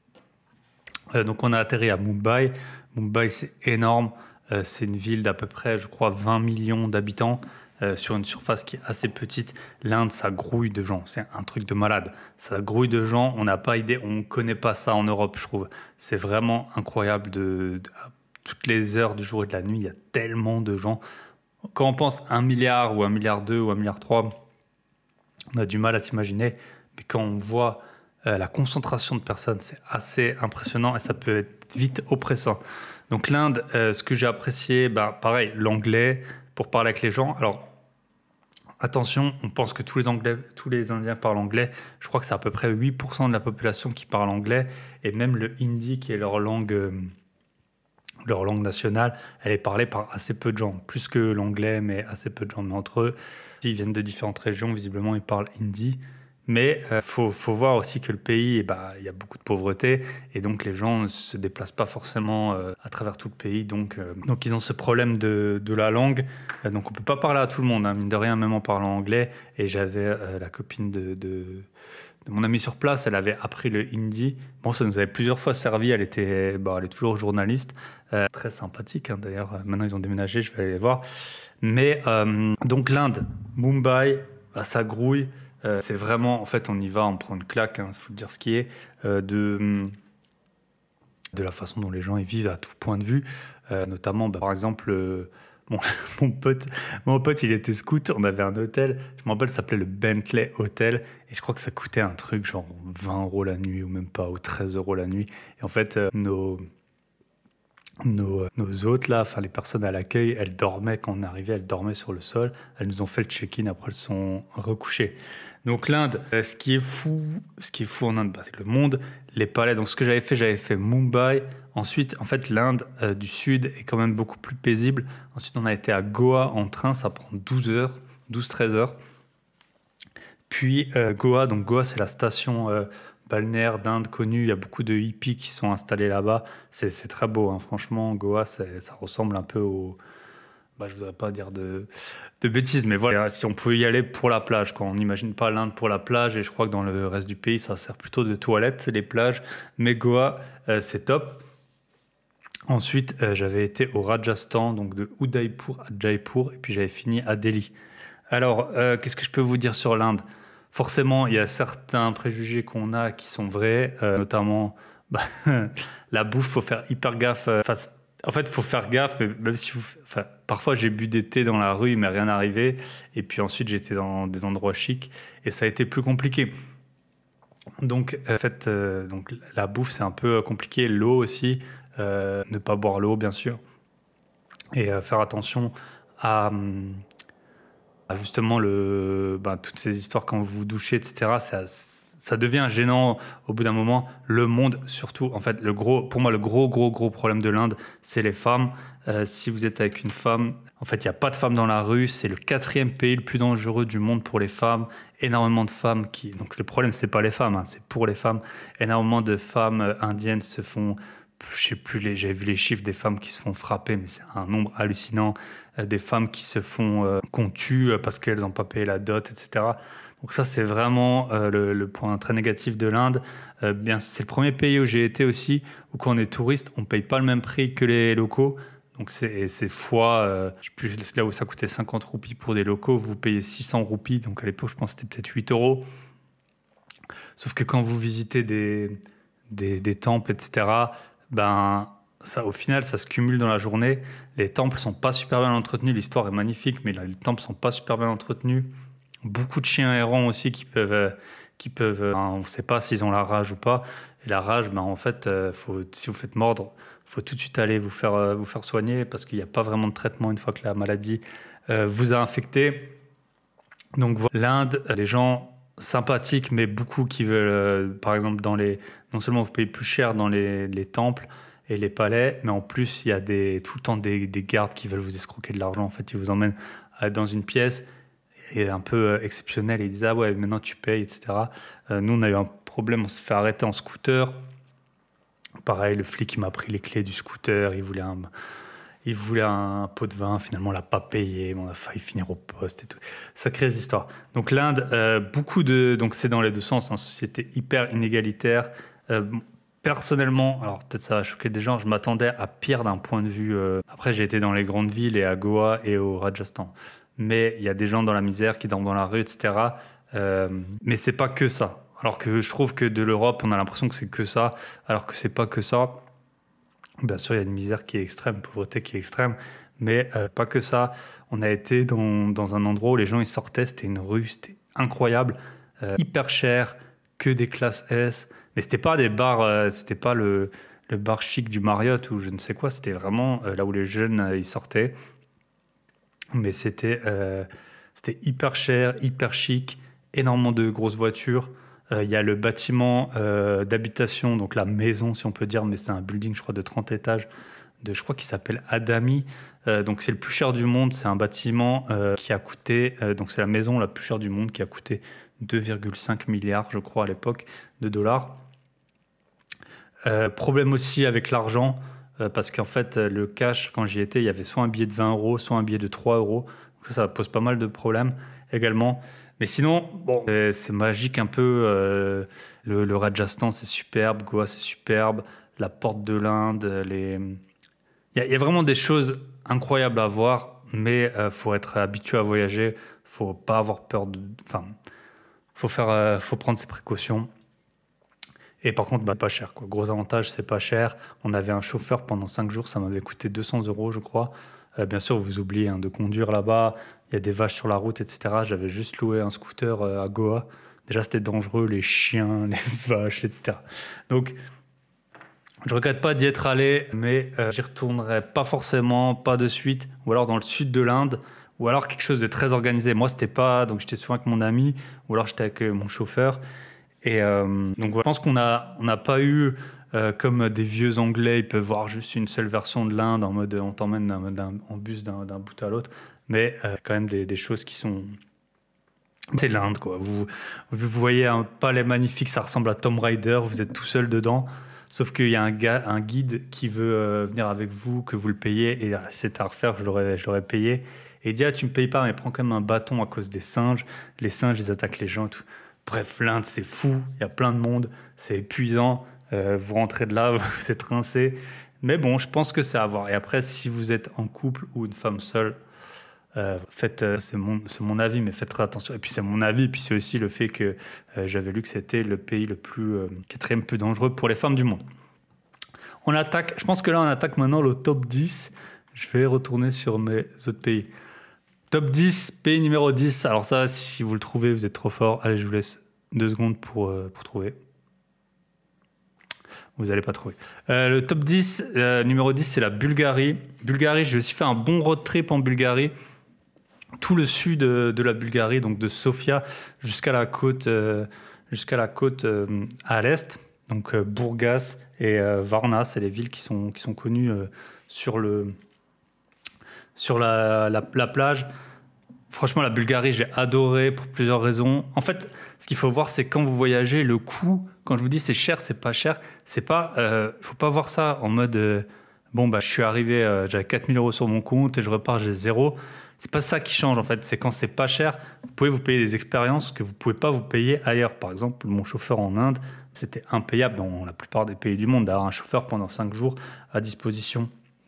A: Euh, donc on a atterri à Mumbai. Mumbai, c'est énorme. Euh, c'est une ville d'à peu près, je crois, vingt millions d'habitants. Euh, sur une surface qui est assez petite. L'Inde, ça grouille de gens. C'est un truc de malade. Ça grouille de gens. On n'a pas idée. On ne connaît pas ça en Europe, je trouve. C'est vraiment incroyable. De, de- à toutes les heures du jour et de la nuit, il y a tellement de gens. Quand on pense un milliard ou un milliard deux ou un milliard trois, on a du mal à s'imaginer. Mais quand on voit euh, la concentration de personnes, c'est assez impressionnant et ça peut être vite oppressant. Donc l'Inde, euh, ce que j'ai apprécié, bah, pareil, l'anglais pour parler avec les gens. Alors, attention, on pense que tous les Anglais, tous les Indiens parlent anglais. Je crois que c'est à peu près huit pour cent de la population qui parle anglais. Et même le hindi, qui est leur langue, euh, leur langue nationale, elle est parlée par assez peu de gens. Plus que l'anglais, mais assez peu de gens. Mais entre eux, s'ils viennent de différentes régions, visiblement, ils parlent hindi. Mais il euh, faut, faut voir aussi que le pays, eh ben, il y a beaucoup de pauvreté et donc les gens ne se déplacent pas forcément euh, à travers tout le pays. Donc, euh, donc ils ont ce problème de, de la langue. Euh, donc on peut pas parler à tout le monde, hein, mine de rien, même en parlant anglais. Et j'avais euh, la copine de, de, de mon ami sur place, elle avait appris le hindi. Bon, ça nous avait plusieurs fois servi. Elle était, bah, elle est toujours journaliste, euh, très sympathique. Hein, d'ailleurs, maintenant ils ont déménagé, je vais aller les voir. Mais euh, donc l'Inde, Mumbai, bah, ça grouille. Euh, c'est vraiment, en fait, on y va, on prend une claque, il hein, faut le dire ce qui est, euh, de, de la façon dont les gens y vivent à tout point de vue. Euh, notamment, bah, par exemple, euh, mon, mon, pote, mon pote, il était scout, on avait un hôtel, je me rappelle, ça s'appelait le Bentley Hotel, et je crois que ça coûtait un truc genre vingt euros la nuit, ou même pas, ou treize euros la nuit. Et en fait, euh, nos... Nos, nos hôtes là, enfin les personnes à l'accueil, elles dormaient quand on arrivait, elles dormaient sur le sol. Elles nous ont fait le check-in, après elles sont recouchées. Donc l'Inde, euh, ce qui est fou, ce qui est fou en Inde, bah, c'est le monde, les palais. Donc ce que j'avais fait, j'avais fait Mumbai. Ensuite, en fait, l'Inde euh, du Sud est quand même beaucoup plus paisible. Ensuite, on a été à Goa en train, ça prend douze heures, douze treize heures. Puis euh, Goa, donc Goa, c'est la station euh, balnéaire d'Inde connue. Il y a beaucoup de hippies qui sont installés là-bas. C'est, c'est très beau, hein. Franchement, Goa, c'est- ça ressemble un peu au. Bah, je voudrais pas dire de, de bêtises, mais voilà, si on pouvait y aller pour la plage, quoi. On n'imagine pas l'Inde pour la plage, et je crois que dans le reste du pays, ça sert plutôt de toilette, les plages. Mais Goa, euh, c'est top. Ensuite, euh, j'avais été au Rajasthan, donc de Udaipur à Jaipur, et puis j'avais fini à Delhi. Alors, euh, qu'est-ce que je peux vous dire sur l'Inde? Forcément, il y a certains préjugés qu'on a qui sont vrais, euh, notamment bah, la bouffe, faut faire hyper gaffe. euh, Enfin, c'est- en fait, faut faire gaffe, mais même si vous, enfin, parfois j'ai bu des thés dans la rue, il m'est rien arrivé. Et puis ensuite, j'étais dans des endroits chics et ça a été plus compliqué. Donc, euh, en fait, euh, donc la bouffe, c'est un peu compliqué. L'eau aussi, euh, ne pas boire l'eau, bien sûr, et euh, faire attention à, hum, ah, justement, le, ben, toutes ces histoires quand vous vous douchez, et cetera, ça, ça devient gênant au bout d'un moment. Le monde, surtout, en fait, le gros, pour moi, le gros, gros, gros problème de l'Inde, c'est les femmes. Euh, si vous êtes avec une femme, en fait, il n'y a pas de femmes dans la rue. C'est le quatrième pays le plus dangereux du monde pour les femmes. Énormément de femmes qui. Donc, le problème, c'est pas les femmes, hein, c'est pour les femmes. Énormément de femmes euh, indiennes se font. Je sais plus, les, j'avais vu les chiffres des femmes qui se font frapper, mais c'est un nombre hallucinant. Euh, des femmes qui se font, euh, qu'on tue euh, parce qu'elles n'ont pas payé la dot, et cetera. Donc ça, c'est vraiment euh, le, le point très négatif de l'Inde. Euh, bien, c'est le premier pays où j'ai été aussi, où quand on est touriste, on ne paye pas le même prix que les locaux. Donc c'est, c'est fois, euh, je sais plus, là où ça coûtait cinquante roupies pour des locaux, vous payez six cents roupies. Donc à l'époque, je pense que c'était peut-être huit euros. Sauf que quand vous visitez des, des, des temples, et cetera, ben, ça, au final, ça se cumule dans la journée. Les temples sont pas super bien entretenus. L'histoire est magnifique, mais là, les temples sont pas super bien entretenus. Beaucoup de chiens errants aussi qui peuvent, euh, qui peuvent, euh, on ne sait pas s'ils ont la rage ou pas. Et la rage, ben, en fait, euh, faut, si vous faites mordre, il faut tout de suite aller vous faire, euh, vous faire soigner parce qu'il n'y a pas vraiment de traitement une fois que la maladie euh, vous a infecté. Donc voilà, l'Inde, les gens sympathiques, mais beaucoup qui veulent, euh, par exemple, dans les, non seulement vous payez plus cher dans les, les temples et les palais, mais en plus, il y a des, tout le temps des, des gardes qui veulent vous escroquer de l'argent. En fait, ils vous emmènent euh, dans une pièce et un peu euh, exceptionnel. Et ils disent, ah ouais, maintenant tu payes, et cetera. Euh, nous, on a eu un problème, on s'est fait arrêter en scooter. Pareil, le flic, il m'a pris les clés du scooter, il voulait un, il voulait un pot de vin, finalement, on l'a pas payé, on a failli finir au poste et tout. Sacrée histoire. Donc l'Inde, euh, beaucoup de... Donc c'est dans les deux sens, une société hyper inégalitaire. Euh, personnellement, alors peut-être ça va choquer des gens, je m'attendais à pire d'un point de vue... Euh... Après, j'ai été dans les grandes villes et à Goa et au Rajasthan. Mais il y a des gens dans la misère qui dorment dans la rue, et cetera. Euh, mais c'est pas que ça. Alors que je trouve que de l'Europe, on a l'impression que c'est que ça, alors que c'est pas que ça. Bien sûr, il y a une misère qui est extrême, une pauvreté qui est extrême, mais euh, pas que ça. On a été dans, dans un endroit où les gens ils sortaient, c'était une rue, c'était incroyable, euh, hyper cher, que des classes S. Mais c'était pas des bars, euh, c'était pas le, le bar chic du Marriott ou je ne sais quoi, c'était vraiment euh, là où les jeunes euh, ils sortaient. Mais c'était euh, c'était hyper cher, hyper chic, énormément de grosses voitures. Euh, Il y a le bâtiment euh, d'habitation, donc la maison si on peut dire, mais c'est un building je crois de trente étages, de, je crois qu'il s'appelle Adami. Euh, donc c'est le plus cher du monde, c'est un bâtiment euh, qui a coûté, euh, donc c'est la maison la plus chère du monde qui a coûté deux virgule cinq milliards je crois à l'époque de dollars. Euh, problème aussi avec l'argent, euh, parce qu'en fait, euh, le cash, quand j'y étais, il y avait soit un billet de vingt euros, soit un billet de trois euros. Donc ça, ça pose pas mal de problèmes également. Mais sinon, bon, c'est, c'est magique un peu. Euh, le, le Rajasthan, c'est superbe. Goa, c'est superbe. La porte de l'Inde, les... Il y a, il y a vraiment des choses incroyables à voir, mais il euh, faut être habitué à voyager. Faut pas avoir peur de... Enfin, faut faire, euh, faut prendre ses précautions. Et par contre, bah, pas cher, quoi. Gros avantage, c'est pas cher. On avait un chauffeur pendant cinq jours, ça m'avait coûté deux cents euros, je crois. Euh, bien sûr, vous oubliez hein, de conduire là-bas. Il y a des vaches sur la route, et cetera. J'avais juste loué un scooter euh, à Goa. Déjà, c'était dangereux, les chiens, les vaches, et cetera. Donc, je regrette pas d'y être allé, mais euh, j'y retournerai pas forcément, pas de suite. Ou alors dans le sud de l'Inde, ou alors quelque chose de très organisé. Moi, c'était pas... Donc, j'étais souvent avec mon ami, ou alors j'étais avec euh, mon chauffeur. Et euh, donc voilà. Je pense qu'on a, on n'a pas eu, euh, comme des vieux Anglais, ils peuvent voir juste une seule version de l'Inde en mode on t'emmène d'un, d'un, en bus d'un, d'un bout à l'autre. Mais euh, quand même des, des choses qui sont... C'est l'Inde, quoi. Vous, vous voyez un palais magnifique, ça ressemble à Tomb Raider, vous êtes tout seul dedans. Sauf qu'il y a un, gars, un guide qui veut euh, venir avec vous, que vous le payez. Et euh, si c'était à refaire, je l'aurais, je l'aurais payé. Et il dit, ah, tu me payes pas, mais prends quand même un bâton à cause des singes. Les singes, ils attaquent les gens et tout. Bref, l'Inde, c'est fou, il y a plein de monde, c'est épuisant, euh, vous rentrez de là, vous êtes rincé. Mais bon, je pense que c'est à voir. Et après, si vous êtes en couple ou une femme seule, euh, faites, euh, c'est, mon, c'est mon avis, mais faites très attention. Et puis c'est mon avis, puis c'est aussi le fait que euh, j'avais lu que c'était le pays le plus, euh, quatrième plus dangereux pour les femmes du monde. On attaque, je pense que là on attaque maintenant le top dix. Je vais retourner sur mes autres pays. Top dix, pays numéro dix. Alors ça, si vous le trouvez, vous êtes trop fort. Allez, je vous laisse deux secondes pour, euh, pour trouver. Vous n'allez pas trouver. Euh, le top dix, euh, numéro dix, c'est la Bulgarie. Bulgarie, j'ai aussi fait un bon road trip en Bulgarie. Tout le sud de, de la Bulgarie, donc de Sofia jusqu'à la côte, euh, jusqu'à la côte euh, à l'est. Donc euh, Burgas et euh, Varna, c'est les villes qui sont, qui sont connues euh, sur le... Sur la, la, la plage. Franchement, la Bulgarie, j'ai adoré pour plusieurs raisons. En fait, ce qu'il faut voir, c'est quand vous voyagez, le coût, quand je vous dis c'est cher, c'est pas cher, c'est pas, euh, faut pas voir ça en mode, euh, bon, bah, je suis arrivé, euh, j'avais quatre mille euros sur mon compte et je repars, j'ai zéro. c'est pas ça qui change en fait. C'est quand c'est pas cher, vous pouvez vous payer des expériences que vous pouvez pas vous payer ailleurs. Par exemple, mon chauffeur en Inde, c'était impayable dans la plupart des pays du monde d'avoir un chauffeur pendant cinq jours à disposition.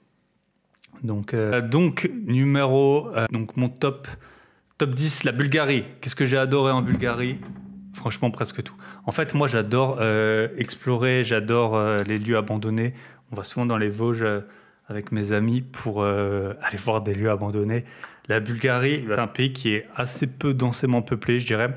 A: Donc, euh, donc numéro, euh, donc mon top, top dix, la Bulgarie. Qu'est-ce que j'ai adoré en Bulgarie ? Franchement, presque tout. En fait, moi, j'adore euh, explorer, j'adore euh, les lieux abandonnés. On va souvent dans les Vosges euh, avec mes amis pour euh, aller voir des lieux abandonnés. La Bulgarie, c'est un pays qui est assez peu densément peuplé, je dirais.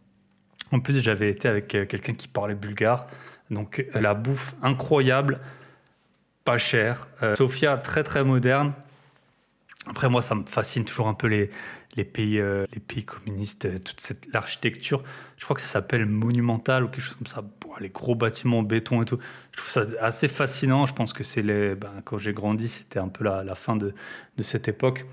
A: En plus, j'avais été avec euh, quelqu'un qui parlait bulgare. Donc, euh, la bouffe incroyable, pas chère. Euh, Sofia, très, très moderne. Après, moi, ça me fascine toujours un peu les, les, pays, euh, les pays communistes, euh, toute cette l'architecture. Je crois que ça s'appelle monumental ou quelque chose comme ça. Bon, les gros bâtiments en béton et tout. Je trouve ça assez fascinant. Je pense que c'est les, ben, quand j'ai grandi, c'était un peu la, la fin de, de cette époque.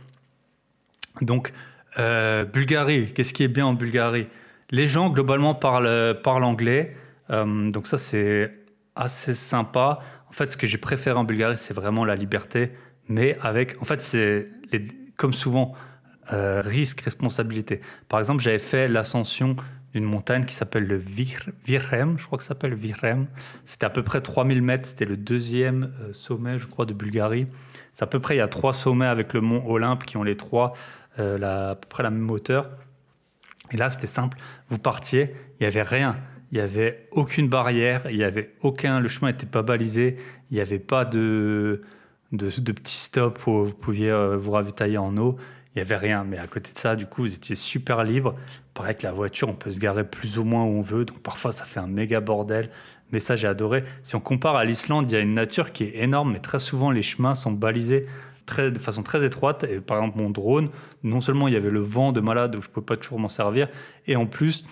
A: Donc, euh, Bulgarie, qu'est-ce qui est bien en Bulgarie ? Les gens, globalement, parlent, parlent anglais. Euh, donc ça, c'est assez sympa. En fait, ce que j'ai préféré en Bulgarie, c'est vraiment la liberté. Mais avec, en fait, c'est les, comme souvent, euh, risque, responsabilité. Par exemple, j'avais fait l'ascension d'une montagne qui s'appelle le Vir, Virem, je crois que ça s'appelle Virem. C'était à peu près trois mille mètres, c'était le deuxième euh, sommet, je crois, de Bulgarie. C'est à peu près, il y a trois sommets avec le mont Olympe qui ont les trois euh, la, à peu près la même hauteur. Et là, c'était simple, vous partiez, il n'y avait rien. Il n'y avait aucune barrière, il n'y avait aucun, le chemin n'était pas balisé, il n'y avait pas de... De, de petits stops où vous pouviez euh, vous ravitailler en eau. Il n'y avait rien. Mais à côté de ça, du coup, vous étiez super libre. Pareil que la voiture, on peut se garer plus ou moins où on veut. Donc parfois, ça fait un méga bordel. Mais ça, j'ai adoré. Si on compare à l'Islande, il y a une nature qui est énorme. Mais très souvent, les chemins sont balisés très, de façon très étroite. Et par exemple, mon drone, non seulement il y avait le vent de malade où je ne peux pas toujours m'en servir. Et en plus,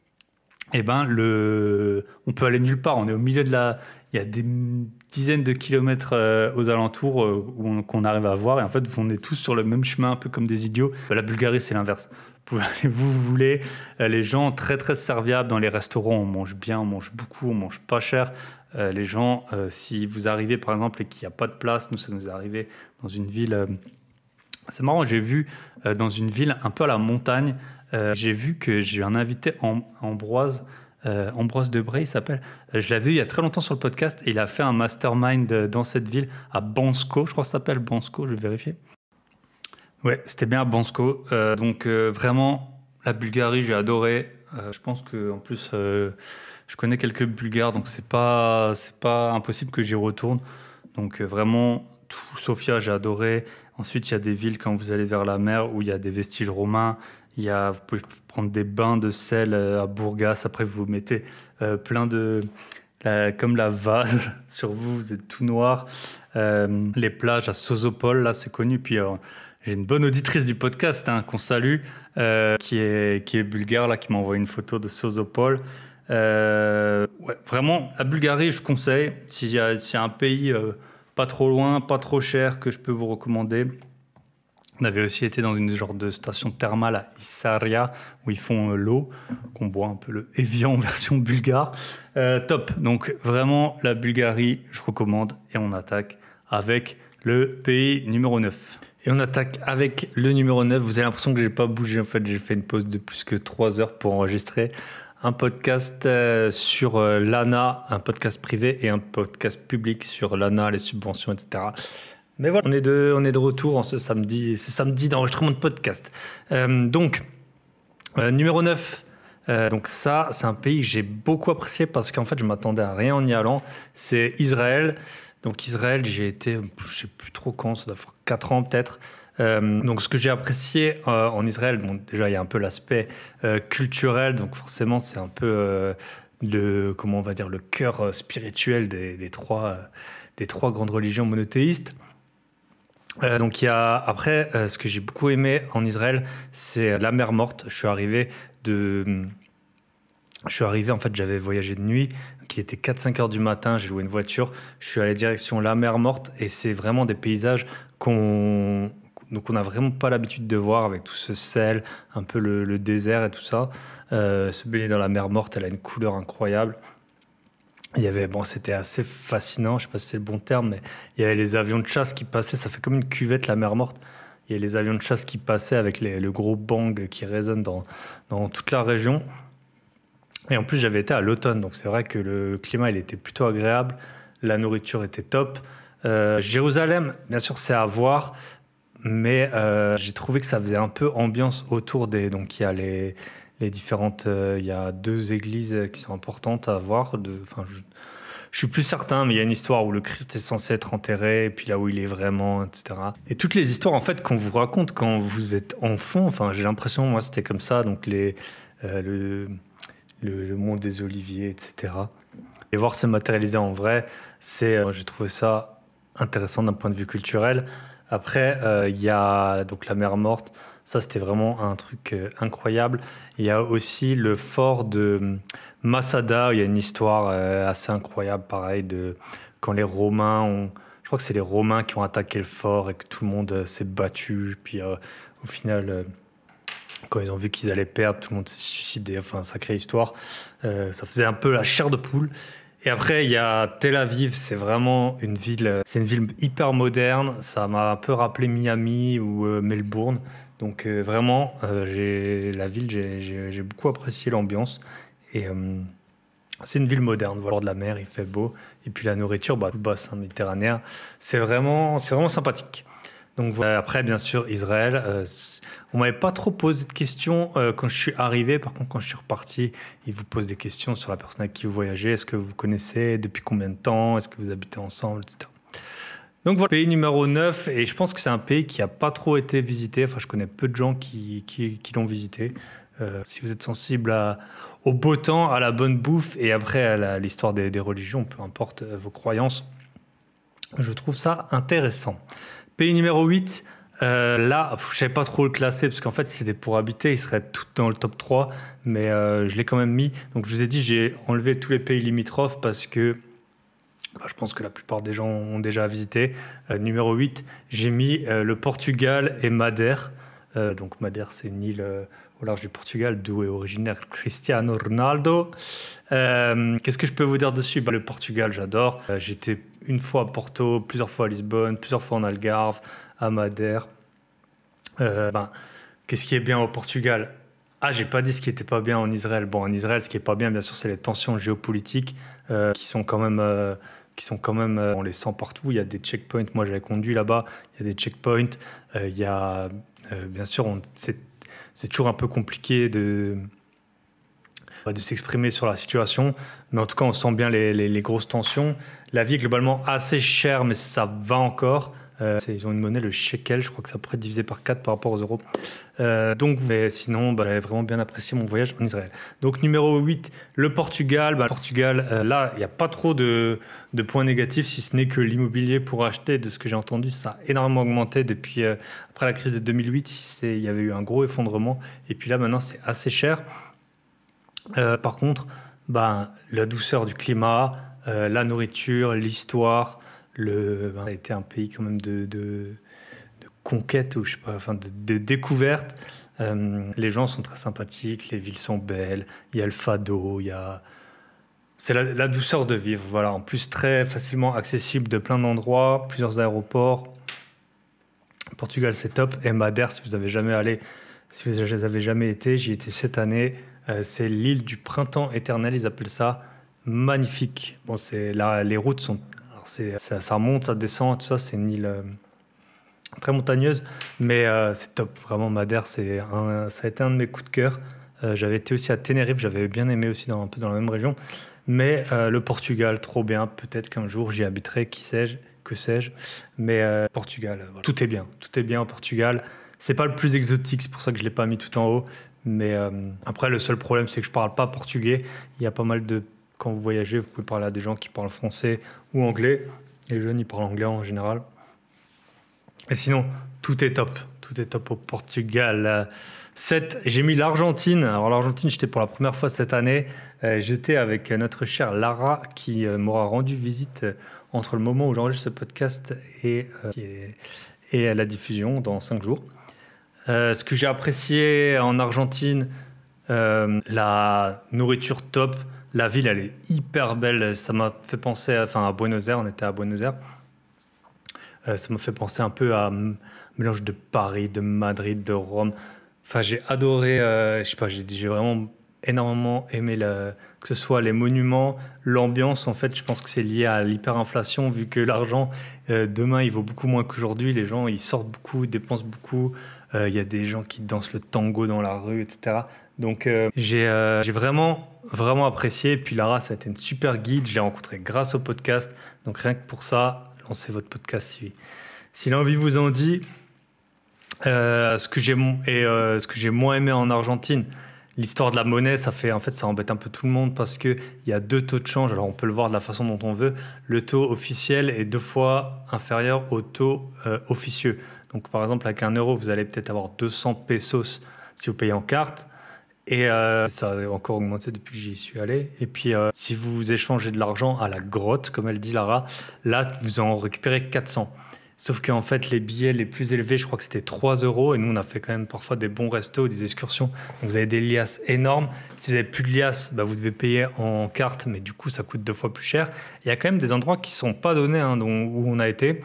A: eh ben, le... on peut aller nulle part. On est au milieu de la... Il y a des dizaines de kilomètres euh, aux alentours euh, où on, qu'on arrive à voir. Et en fait, on est tous sur le même chemin, un peu comme des idiots. La Bulgarie, c'est l'inverse. Vous pouvez aller où vous voulez. Euh, les gens, très, très serviables dans les restaurants. On mange bien, on mange beaucoup, on mange pas cher. Euh, les gens, euh, si vous arrivez, par exemple, et qu'il n'y a pas de place, nous, ça nous est arrivé dans une ville... Euh, c'est marrant, j'ai vu euh, dans une ville un peu à la montagne, euh, j'ai vu que j'ai un invité, en, Ambroise, Euh, Ambroise Debray, il s'appelle. Euh, je l'ai vu il y a très longtemps sur le podcast et il a fait un mastermind euh, dans cette ville à Bansko, je crois que ça s'appelle Bansko, je vais vérifier. Ouais, c'était bien à Bansko. Euh, donc euh, vraiment, la Bulgarie, j'ai adoré. Euh, je pense que en plus, euh, je connais quelques Bulgares, donc c'est pas c'est pas impossible que j'y retourne. Donc euh, vraiment, tout Sofia, j'ai adoré. Ensuite, il y a des villes quand vous allez vers la mer où il y a des vestiges romains. Il y a, vous pouvez prendre des bains de sel à Burgas. Après, vous mettez euh, plein de... La, comme la vase sur vous, vous êtes tout noir. Euh, les plages à Sozopol, là, c'est connu. Puis, euh, j'ai une bonne auditrice du podcast hein, qu'on salue, euh, qui, est, qui est bulgare, là, qui m'a envoyé une photo de Sozopol. Euh, ouais, vraiment, la Bulgarie, je conseille. S'il y a, s'il y a un pays euh, pas trop loin, pas trop cher, que je peux vous recommander... On avait aussi été dans une genre de station thermale à Issaria où ils font euh, l'eau, qu'on boit un peu le Evian en version bulgare. Euh, top. Donc vraiment, la Bulgarie, je recommande. Et on attaque avec le pays numéro neuf. Et on attaque avec le numéro neuf. Vous avez l'impression que je n'ai pas bougé. En fait, j'ai fait une pause de plus que trois heures pour enregistrer un podcast euh, sur euh, l'A N A, un podcast privé et un podcast public sur l'A N A, les subventions, et cetera. Mais voilà, on est de, on est de retour en ce samedi, ce samedi d'enregistrement de podcast. Euh, donc, euh, numéro neuf, euh, donc ça, c'est un pays que j'ai beaucoup apprécié parce qu'en fait, je m'attendais à rien en y allant. C'est Israël. Donc, Israël, j'ai été, je ne sais plus trop quand, ça doit faire quatre ans peut-être. Euh, donc, ce que j'ai apprécié euh, en Israël, bon, déjà, il y a un peu l'aspect euh, culturel. Donc, forcément, c'est un peu euh, le, comment on va dire, le cœur spirituel des, des, trois, euh, des trois grandes religions monothéistes. Euh, donc il y a après euh, ce que j'ai beaucoup aimé en Israël, c'est la mer Morte. Je suis arrivé de, je suis arrivé en fait j'avais voyagé de nuit, donc il était quatre cinq heures du matin, j'ai loué une voiture, je suis allé direction la mer Morte et c'est vraiment des paysages qu'on donc on n'a vraiment pas l'habitude de voir avec tout ce sel, un peu le, le désert et tout ça. Euh, se baigner dans la mer Morte, elle a une couleur incroyable. Il y avait, bon, c'était assez fascinant, je ne sais pas si c'est le bon terme, mais il y avait les avions de chasse qui passaient, ça fait comme une cuvette, la mer Morte. il y a les avions de chasse qui passaient avec les, le gros bang qui résonne dans, dans toute la région. Et en plus, j'avais été à l'automne, donc c'est vrai que le climat il était plutôt agréable, la nourriture était top. Euh, Jérusalem, bien sûr, c'est à voir, mais euh, j'ai trouvé que ça faisait un peu ambiance autour des. Donc il y a les, les différentes. Euh, il y a deux églises qui sont importantes à voir. De, enfin, je, je suis plus certain, mais il y a une histoire où le Christ est censé être enterré, et puis là où il est vraiment, et cetera. Et toutes les histoires en fait qu'on vous raconte quand vous êtes enfant, enfin j'ai l'impression, moi c'était comme ça, donc les, euh, le, le, le monde des oliviers, et cetera. Et voir se matérialiser en vrai, c'est, euh, j'ai trouvé ça intéressant d'un point de vue culturel. Après, euh, il y a donc la mer morte. Ça, c'était vraiment un truc euh, incroyable. Il y a aussi le fort de Masada. Il y a une histoire euh, assez incroyable, pareil, de quand les Romains ont. Je crois que c'est les Romains qui ont attaqué le fort et que tout le monde euh, s'est battu. Puis euh, au final, euh, quand ils ont vu qu'ils allaient perdre, tout le monde s'est suicidé. Enfin, sacrée histoire. Euh, ça faisait un peu la chair de poule. Et après, il y a Tel Aviv, c'est vraiment une ville, c'est une ville hyper moderne. Ça m'a un peu rappelé Miami ou euh, Melbourne. Donc euh, vraiment, euh, j'ai, la ville, j'ai, j'ai, j'ai beaucoup apprécié l'ambiance. Et euh, c'est une ville moderne, voilà, de la mer, il fait beau. Et puis la nourriture, bah, tout le bassin méditerranéen, c'est vraiment, c'est vraiment sympathique. Donc voilà. Après, bien sûr, Israël. Euh, on m'avait pas trop posé de questions euh, quand je suis arrivé. Par contre, quand je suis reparti, ils vous posent des questions sur la personne avec qui vous voyagez. Est-ce que vous connaissez depuis combien de temps? Est-ce que vous habitez ensemble, et cetera. Donc voilà, pays numéro neuf. Et je pense que c'est un pays qui n'a pas trop été visité. Enfin, je connais peu de gens qui, qui, qui l'ont visité. Euh, si vous êtes sensible à, au beau temps, à la bonne bouffe et après à la, l'histoire des, des religions, peu importe euh, vos croyances, je trouve ça intéressant. Pays numéro huit, euh, là, je ne savais pas trop le classer parce qu'en fait, si c'était pour habiter, il serait tout dans le top trois, mais euh, je l'ai quand même mis. Donc, je vous ai dit, j'ai enlevé tous les pays limitrophes parce que bah, je pense que la plupart des gens ont déjà visité. Euh, numéro huit, j'ai mis euh, le Portugal et Madère. Euh, donc, Madère, c'est une île euh, au large du Portugal, d'où est originaire Cristiano Ronaldo. Euh, qu'est-ce que je peux vous dire dessus? Bah, le Portugal, j'adore. Euh, j'étais une fois à Porto, plusieurs fois à Lisbonne, plusieurs fois en Algarve, à Madère. Euh, ben, qu'est-ce qui est bien au Portugal? Ah, j'ai pas dit ce qui était pas bien en Israël. Bon, en Israël, ce qui est pas bien, bien sûr, c'est les tensions géopolitiques euh, qui sont quand même, euh, qui sont quand même, euh, on les sent partout. Il y a des checkpoints. Moi, j'avais conduit là-bas. Il y a des checkpoints. Euh, il y a, euh, bien sûr, on, c'est, c'est toujours un peu compliqué de de s'exprimer sur la situation, mais en tout cas on sent bien les, les, les grosses tensions. La vie est globalement assez chère, mais ça va encore. Euh, ils ont une monnaie, le shekel, je crois que ça pourrait être divisé par quatre par rapport aux euros. Euh, donc, mais sinon, bah, j'avais vraiment bien apprécié mon voyage en Israël. Donc numéro huit, le Portugal. Bah, le Portugal, euh, là, il n'y a pas trop de, de points négatifs, si ce n'est que l'immobilier pour acheter, de ce que j'ai entendu, ça a énormément augmenté depuis, euh, après la crise de deux mille huit, il y avait eu un gros effondrement, et puis là maintenant c'est assez cher. Euh, par contre, ben, la douceur du climat, euh, la nourriture, l'histoire, le, ben, ça a été un pays quand même de, de, de conquête ou je sais pas, enfin de, de découverte. Euh, les gens sont très sympathiques, les villes sont belles, il y a le fado, il y a c'est la, la douceur de vivre. Voilà, en plus très facilement accessible de plein d'endroits, plusieurs aéroports. Portugal, c'est top. Et Madère, si vous avez jamais allé, si vous n'avez jamais été, j'y étais cette année. Euh, c'est l'île du printemps éternel, ils appellent ça. Magnifique. Bon, c'est là, les routes sont, alors c'est, ça, ça monte, ça descend, tout ça. C'est une île euh, très montagneuse, mais euh, c'est top. Vraiment, Madère, c'est un, ça a été un de mes coups de cœur. Euh, j'avais été aussi à Tenerife, j'avais bien aimé aussi dans un peu dans la même région. Mais euh, le Portugal, trop bien. Peut-être qu'un jour j'y habiterai, qui sais-je, que sais-je. Mais euh, Portugal, euh, voilà. Tout est bien. Tout est bien au Portugal. C'est pas le plus exotique, c'est pour ça que je l'ai pas mis tout en haut. Mais euh, après, le seul problème, c'est que je parle pas portugais. Il y a pas mal de... Quand vous voyagez, vous pouvez parler à des gens qui parlent français ou anglais. Les jeunes, ils parlent anglais en général. Et sinon, tout est top. Tout est top au Portugal. Euh, sept, j'ai mis l'Argentine. Alors l'Argentine, j'étais pour la première fois cette année. Euh, j'étais avec notre chère Lara qui euh, m'aura rendu visite euh, entre le moment où j'enregistre ce podcast et, euh, et, et la diffusion dans cinq jours. Euh, ce que j'ai apprécié en Argentine, euh, la nourriture top. La ville, elle est hyper belle. Ça m'a fait penser à, enfin, à Buenos Aires. On était à Buenos Aires. Euh, ça m'a fait penser un peu à un mélange de Paris, de Madrid, de Rome. Enfin, j'ai adoré, euh, je sais pas, j'ai, j'ai vraiment énormément aimé le- que ce soit les monuments, l'ambiance. En fait, je pense que c'est lié à l'hyperinflation, vu que l'argent, euh, demain, il vaut beaucoup moins qu'aujourd'hui. Les gens, ils sortent beaucoup, ils dépensent beaucoup. Euh, Il y a des gens qui dansent le tango dans la rue, et cetera. Donc, euh, j'ai euh, j'ai vraiment, vraiment apprécié. Puis Lara, ça a été une super guide. Je l'ai rencontrée grâce au podcast. Donc, rien que pour ça, lancez votre podcast si, si l'envie vous en dit. Euh, ce que j'ai mo- et euh, ce que j'ai moins aimé en Argentine, l'histoire de la monnaie, ça fait en fait ça embête un peu tout le monde parce que il y a deux taux de change. Alors on peut le voir de la façon dont on veut. Le taux officiel est deux fois inférieur au taux euh, officieux. Donc par exemple avec un euro, vous allez peut-être avoir deux cents pesos si vous payez en carte. Et euh, ça a encore augmenté depuis que j'y suis allé. Et puis, euh, si vous échangez de l'argent à la grotte, comme elle dit Lara, là, vous en récupérez quatre cents. Sauf qu'en fait, les billets les plus élevés, je crois que c'était trois euros. Et nous, on a fait quand même parfois des bons restos, des excursions. Donc, vous avez des liasses énormes. Si vous n'avez plus de liasses, bah, vous devez payer en carte. Mais du coup, ça coûte deux fois plus cher. Il y a quand même des endroits qui ne sont pas donnés, hein, dont- où on a été.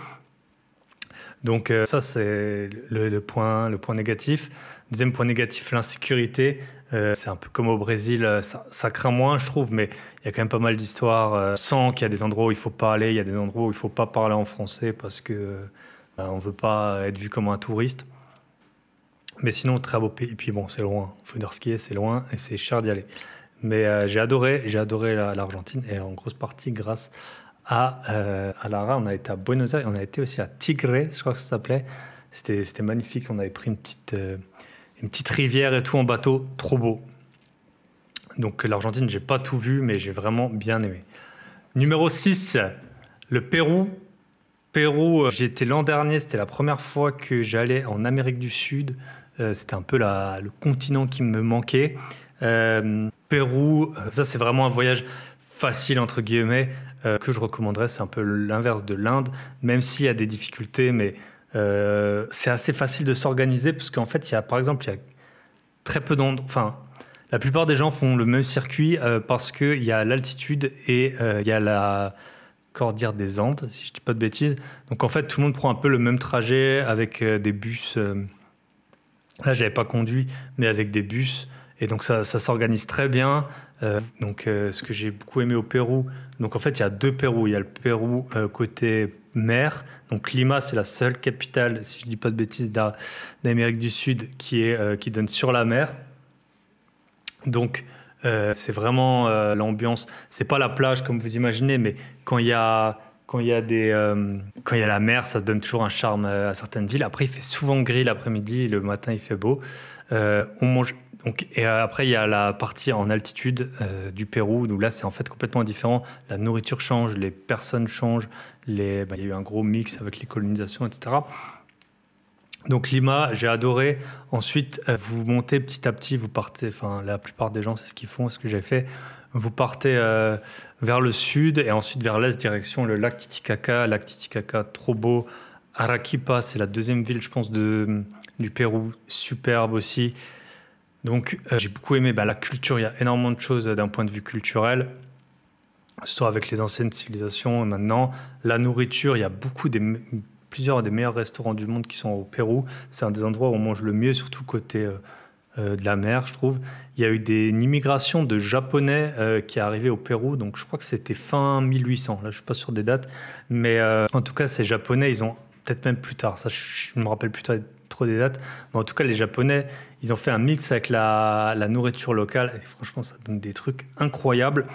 A: Donc euh, ça, c'est le, le point, le point négatif. Deuxième point négatif, l'insécurité. Euh, c'est un peu comme au Brésil, euh, ça, ça craint moins, je trouve, mais il y a quand même pas mal d'histoires. Euh, sans qu'il y a des endroits où il faut pas aller, il y a des endroits où il faut pas parler en français parce que euh, on veut pas être vu comme un touriste. Mais sinon, très beau pays. Et puis bon, c'est loin. Il faut dire ce qui est, c'est loin et c'est cher d'y aller. Mais euh, j'ai adoré, j'ai adoré la- l'Argentine et en grosse partie grâce à, euh, à Lara. On a été à Buenos Aires, on a été aussi à Tigre, je crois que ça s'appelait. C'était, c'était magnifique. On avait pris une petite, euh, une petite rivière et tout en bateau, trop beau. Donc l'Argentine, j'ai pas tout vu, mais j'ai vraiment bien aimé. Numéro six, le Pérou. Pérou, euh, j'ai été l'an dernier, c'était la première fois que j'allais en Amérique du Sud. Euh, c'était un peu la- le continent qui me manquait. Euh, Pérou, euh, ça c'est vraiment un voyage facile entre guillemets euh, que je recommanderais. C'est un peu l'inverse de l'Inde, même s'il y a des difficultés, mais euh, c'est assez facile de s'organiser parce qu'en fait, il y a par exemple, il y a très peu d'endroits. Enfin, la plupart des gens font le même circuit euh, parce qu'il y a l'altitude et euh, il y a la Cordillère des Andes, si je dis pas de bêtises. Donc en fait, tout le monde prend un peu le même trajet avec euh, des bus. euh, Là, j'avais pas conduit, mais avec des bus. Et donc ça, ça s'organise très bien. Euh, donc euh, ce que j'ai beaucoup aimé au Pérou, donc en fait il y a deux Pérou. Il y a le Pérou euh, côté mer. Donc Lima, c'est la seule capitale, si je dis pas de bêtises, d'A- d'Amérique du Sud qui est euh, qui donne sur la mer. Donc, euh, c'est vraiment euh, l'ambiance. C'est pas la plage comme vous imaginez, mais quand il y a, quand il y a des, euh, quand il y a la mer, ça donne toujours un charme euh, à certaines villes. Après, il fait souvent gris l'après-midi, le matin, il fait beau. Euh, on mange. Donc, et euh, après, il y a la partie en altitude euh, du Pérou, où là, c'est en fait complètement différent. La nourriture change, les personnes changent. Les, bah, il y a eu un gros mix avec les colonisations, et cetera. Donc Lima, j'ai adoré. Ensuite, euh, vous montez petit à petit, vous partez, enfin la plupart des gens c'est ce qu'ils font, ce que j'ai fait. Vous partez euh, vers le sud et ensuite vers l'est, direction le lac Titicaca. Lac Titicaca, trop beau. Arequipa, c'est la deuxième ville, je pense, de, du Pérou. Superbe aussi. Donc euh, j'ai beaucoup aimé bah, la culture, il y a énormément de choses euh, d'un point de vue culturel, soit avec les anciennes civilisations et maintenant. La nourriture, il y a beaucoup des, plusieurs des meilleurs restaurants du monde qui sont au Pérou. C'est un des endroits où on mange le mieux, surtout côté euh, euh, de la mer, je trouve. Il y a eu des, une immigration de Japonais euh, qui est arrivée au Pérou, donc je crois que c'était fin mille huit cents. Là, je suis pas sûr des dates, mais euh, en tout cas, ces Japonais, ils ont peut-être même plus tard. Ça, je ne me rappelle plus trop des dates, mais en tout cas, les Japonais, ils ont fait un mix avec la, la nourriture locale et franchement, ça donne des trucs incroyables.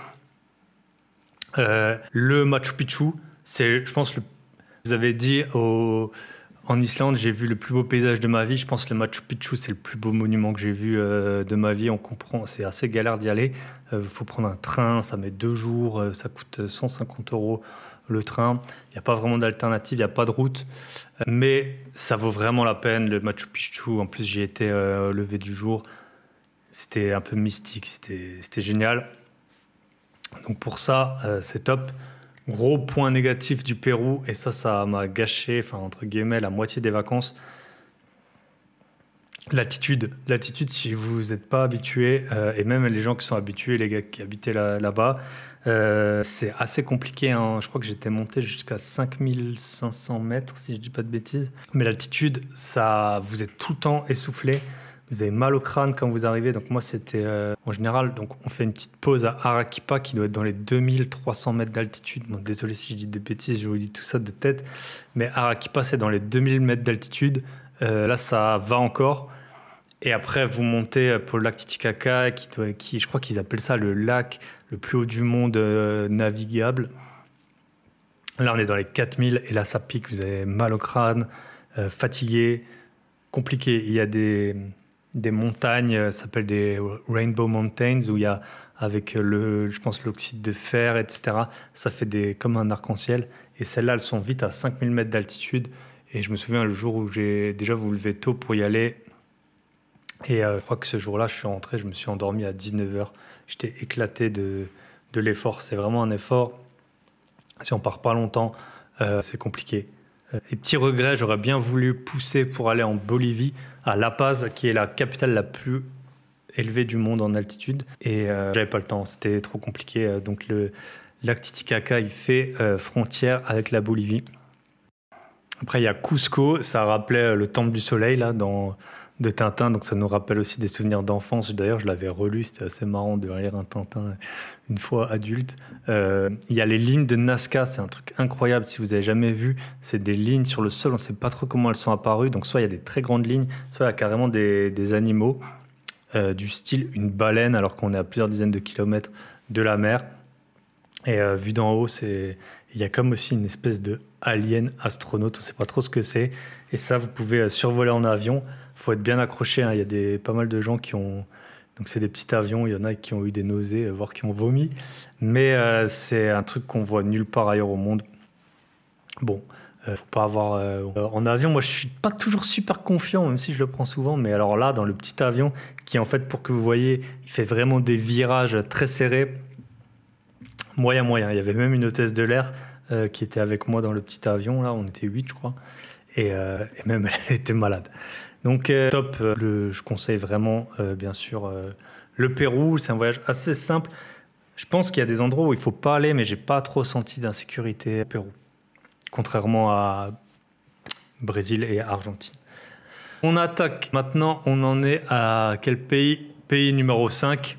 A: Euh, le Machu Picchu, c'est, je pense, le, vous avez dit au, en Islande, j'ai vu le plus beau paysage de ma vie. Je pense que le Machu Picchu, c'est le plus beau monument que j'ai vu euh, de ma vie. On comprend, c'est assez galère d'y aller. Il euh, faut prendre un train, ça met deux jours, euh, ça coûte cent cinquante euros le train. Il n'y a pas vraiment d'alternative, il n'y a pas de route. Euh, mais ça vaut vraiment la peine, le Machu Picchu. En plus, j'y étais euh, au lever du jour. C'était un peu mystique, c'était, c'était génial. Donc pour ça, euh, c'est top. Gros point négatif du Pérou, et ça, ça m'a gâché, enfin entre guillemets, la moitié des vacances. L'altitude, l'altitude, si vous n'êtes pas habitué, euh, et même les gens qui sont habitués, les gars qui habitaient là, là-bas, euh, c'est assez compliqué, hein. Je crois que j'étais monté jusqu'à cinq mille cinq cents mètres, si je dis pas de bêtises. Mais l'altitude, ça, vous êtes tout le temps essoufflé. Vous avez mal au crâne quand vous arrivez. Donc moi, c'était euh, en général, donc on fait une petite pause à Arequipa qui doit être dans les deux mille trois cents mètres d'altitude. Bon, désolé si je dis des bêtises, je vous dis tout ça de tête. Mais Arequipa, c'est dans les deux mille mètres d'altitude. Euh, là, ça va encore. Et après, vous montez pour le lac Titicaca, qui, doit- qui, je crois qu'ils appellent ça le lac le plus haut du monde euh, navigable. Là, on est dans les quatre mille et là, ça pique. Vous avez mal au crâne, euh, fatigué, compliqué. Il y a des, des montagnes, euh, ça s'appelle des Rainbow Mountains, où il y a, avec le, je pense, l'oxyde de fer, et cetera, ça fait des, comme un arc-en-ciel. Et celles-là, elles sont vite à cinq mille mètres d'altitude. Et je me souviens le jour où j'ai déjà vous lever tôt pour y aller. Et euh, je crois que ce jour-là, je suis rentré, je me suis endormi à dix-neuf heures. J'étais éclaté de, de l'effort. C'est vraiment un effort. Si on part pas longtemps, euh, c'est compliqué. Euh, et petit regret, j'aurais bien voulu pousser pour aller en Bolivie, à La Paz, qui est la capitale la plus élevée du monde en altitude. Et euh, j'avais pas le temps, c'était trop compliqué. Euh, Donc le lac Titicaca, il fait euh, frontière avec la Bolivie. Après, il y a Cusco, ça rappelait le temple du soleil, là, dans, de Tintin, donc ça nous rappelle aussi des souvenirs d'enfance. D'ailleurs, je l'avais relu, c'était assez marrant de lire un Tintin une fois adulte. Euh, il y a les lignes de Nazca, c'est un truc incroyable, si vous avez jamais vu, c'est des lignes sur le sol, on ne sait pas trop comment elles sont apparues, donc soit il y a des très grandes lignes, soit il y a carrément des, des animaux, euh, du style une baleine, alors qu'on est à plusieurs dizaines de kilomètres de la mer. Et euh, vu d'en haut, c'est il y a comme aussi une espèce de alien astronaute, on ne sait pas trop ce que c'est. Et ça, vous pouvez euh, survoler en avion. Il faut être bien accroché, hein. Il y a des, pas mal de gens qui ont... Donc c'est des petits avions, il y en a qui ont eu des nausées, euh, voire qui ont vomi. Mais euh, c'est un truc qu'on voit nulle part ailleurs au monde. Bon, euh, faut pas avoir... euh, en avion, moi je suis pas toujours super confiant, même si je le prends souvent. Mais alors là, dans le petit avion, qui en fait, pour que vous voyez, il fait vraiment des virages très serrés. Moyen, moyen. Il y avait même une hôtesse de l'air euh, qui était avec moi dans le petit avion. Là, on était huit, je crois. Et, euh, et même, elle était malade. Donc, euh, top. Euh, le, je conseille vraiment, euh, bien sûr, euh, le Pérou. C'est un voyage assez simple. Je pense qu'il y a des endroits où il ne faut pas aller, mais j'ai pas trop senti d'insécurité au Pérou. Contrairement à Brésil et Argentine. On attaque. Maintenant, on en est à quel pays? Pays numéro cinq.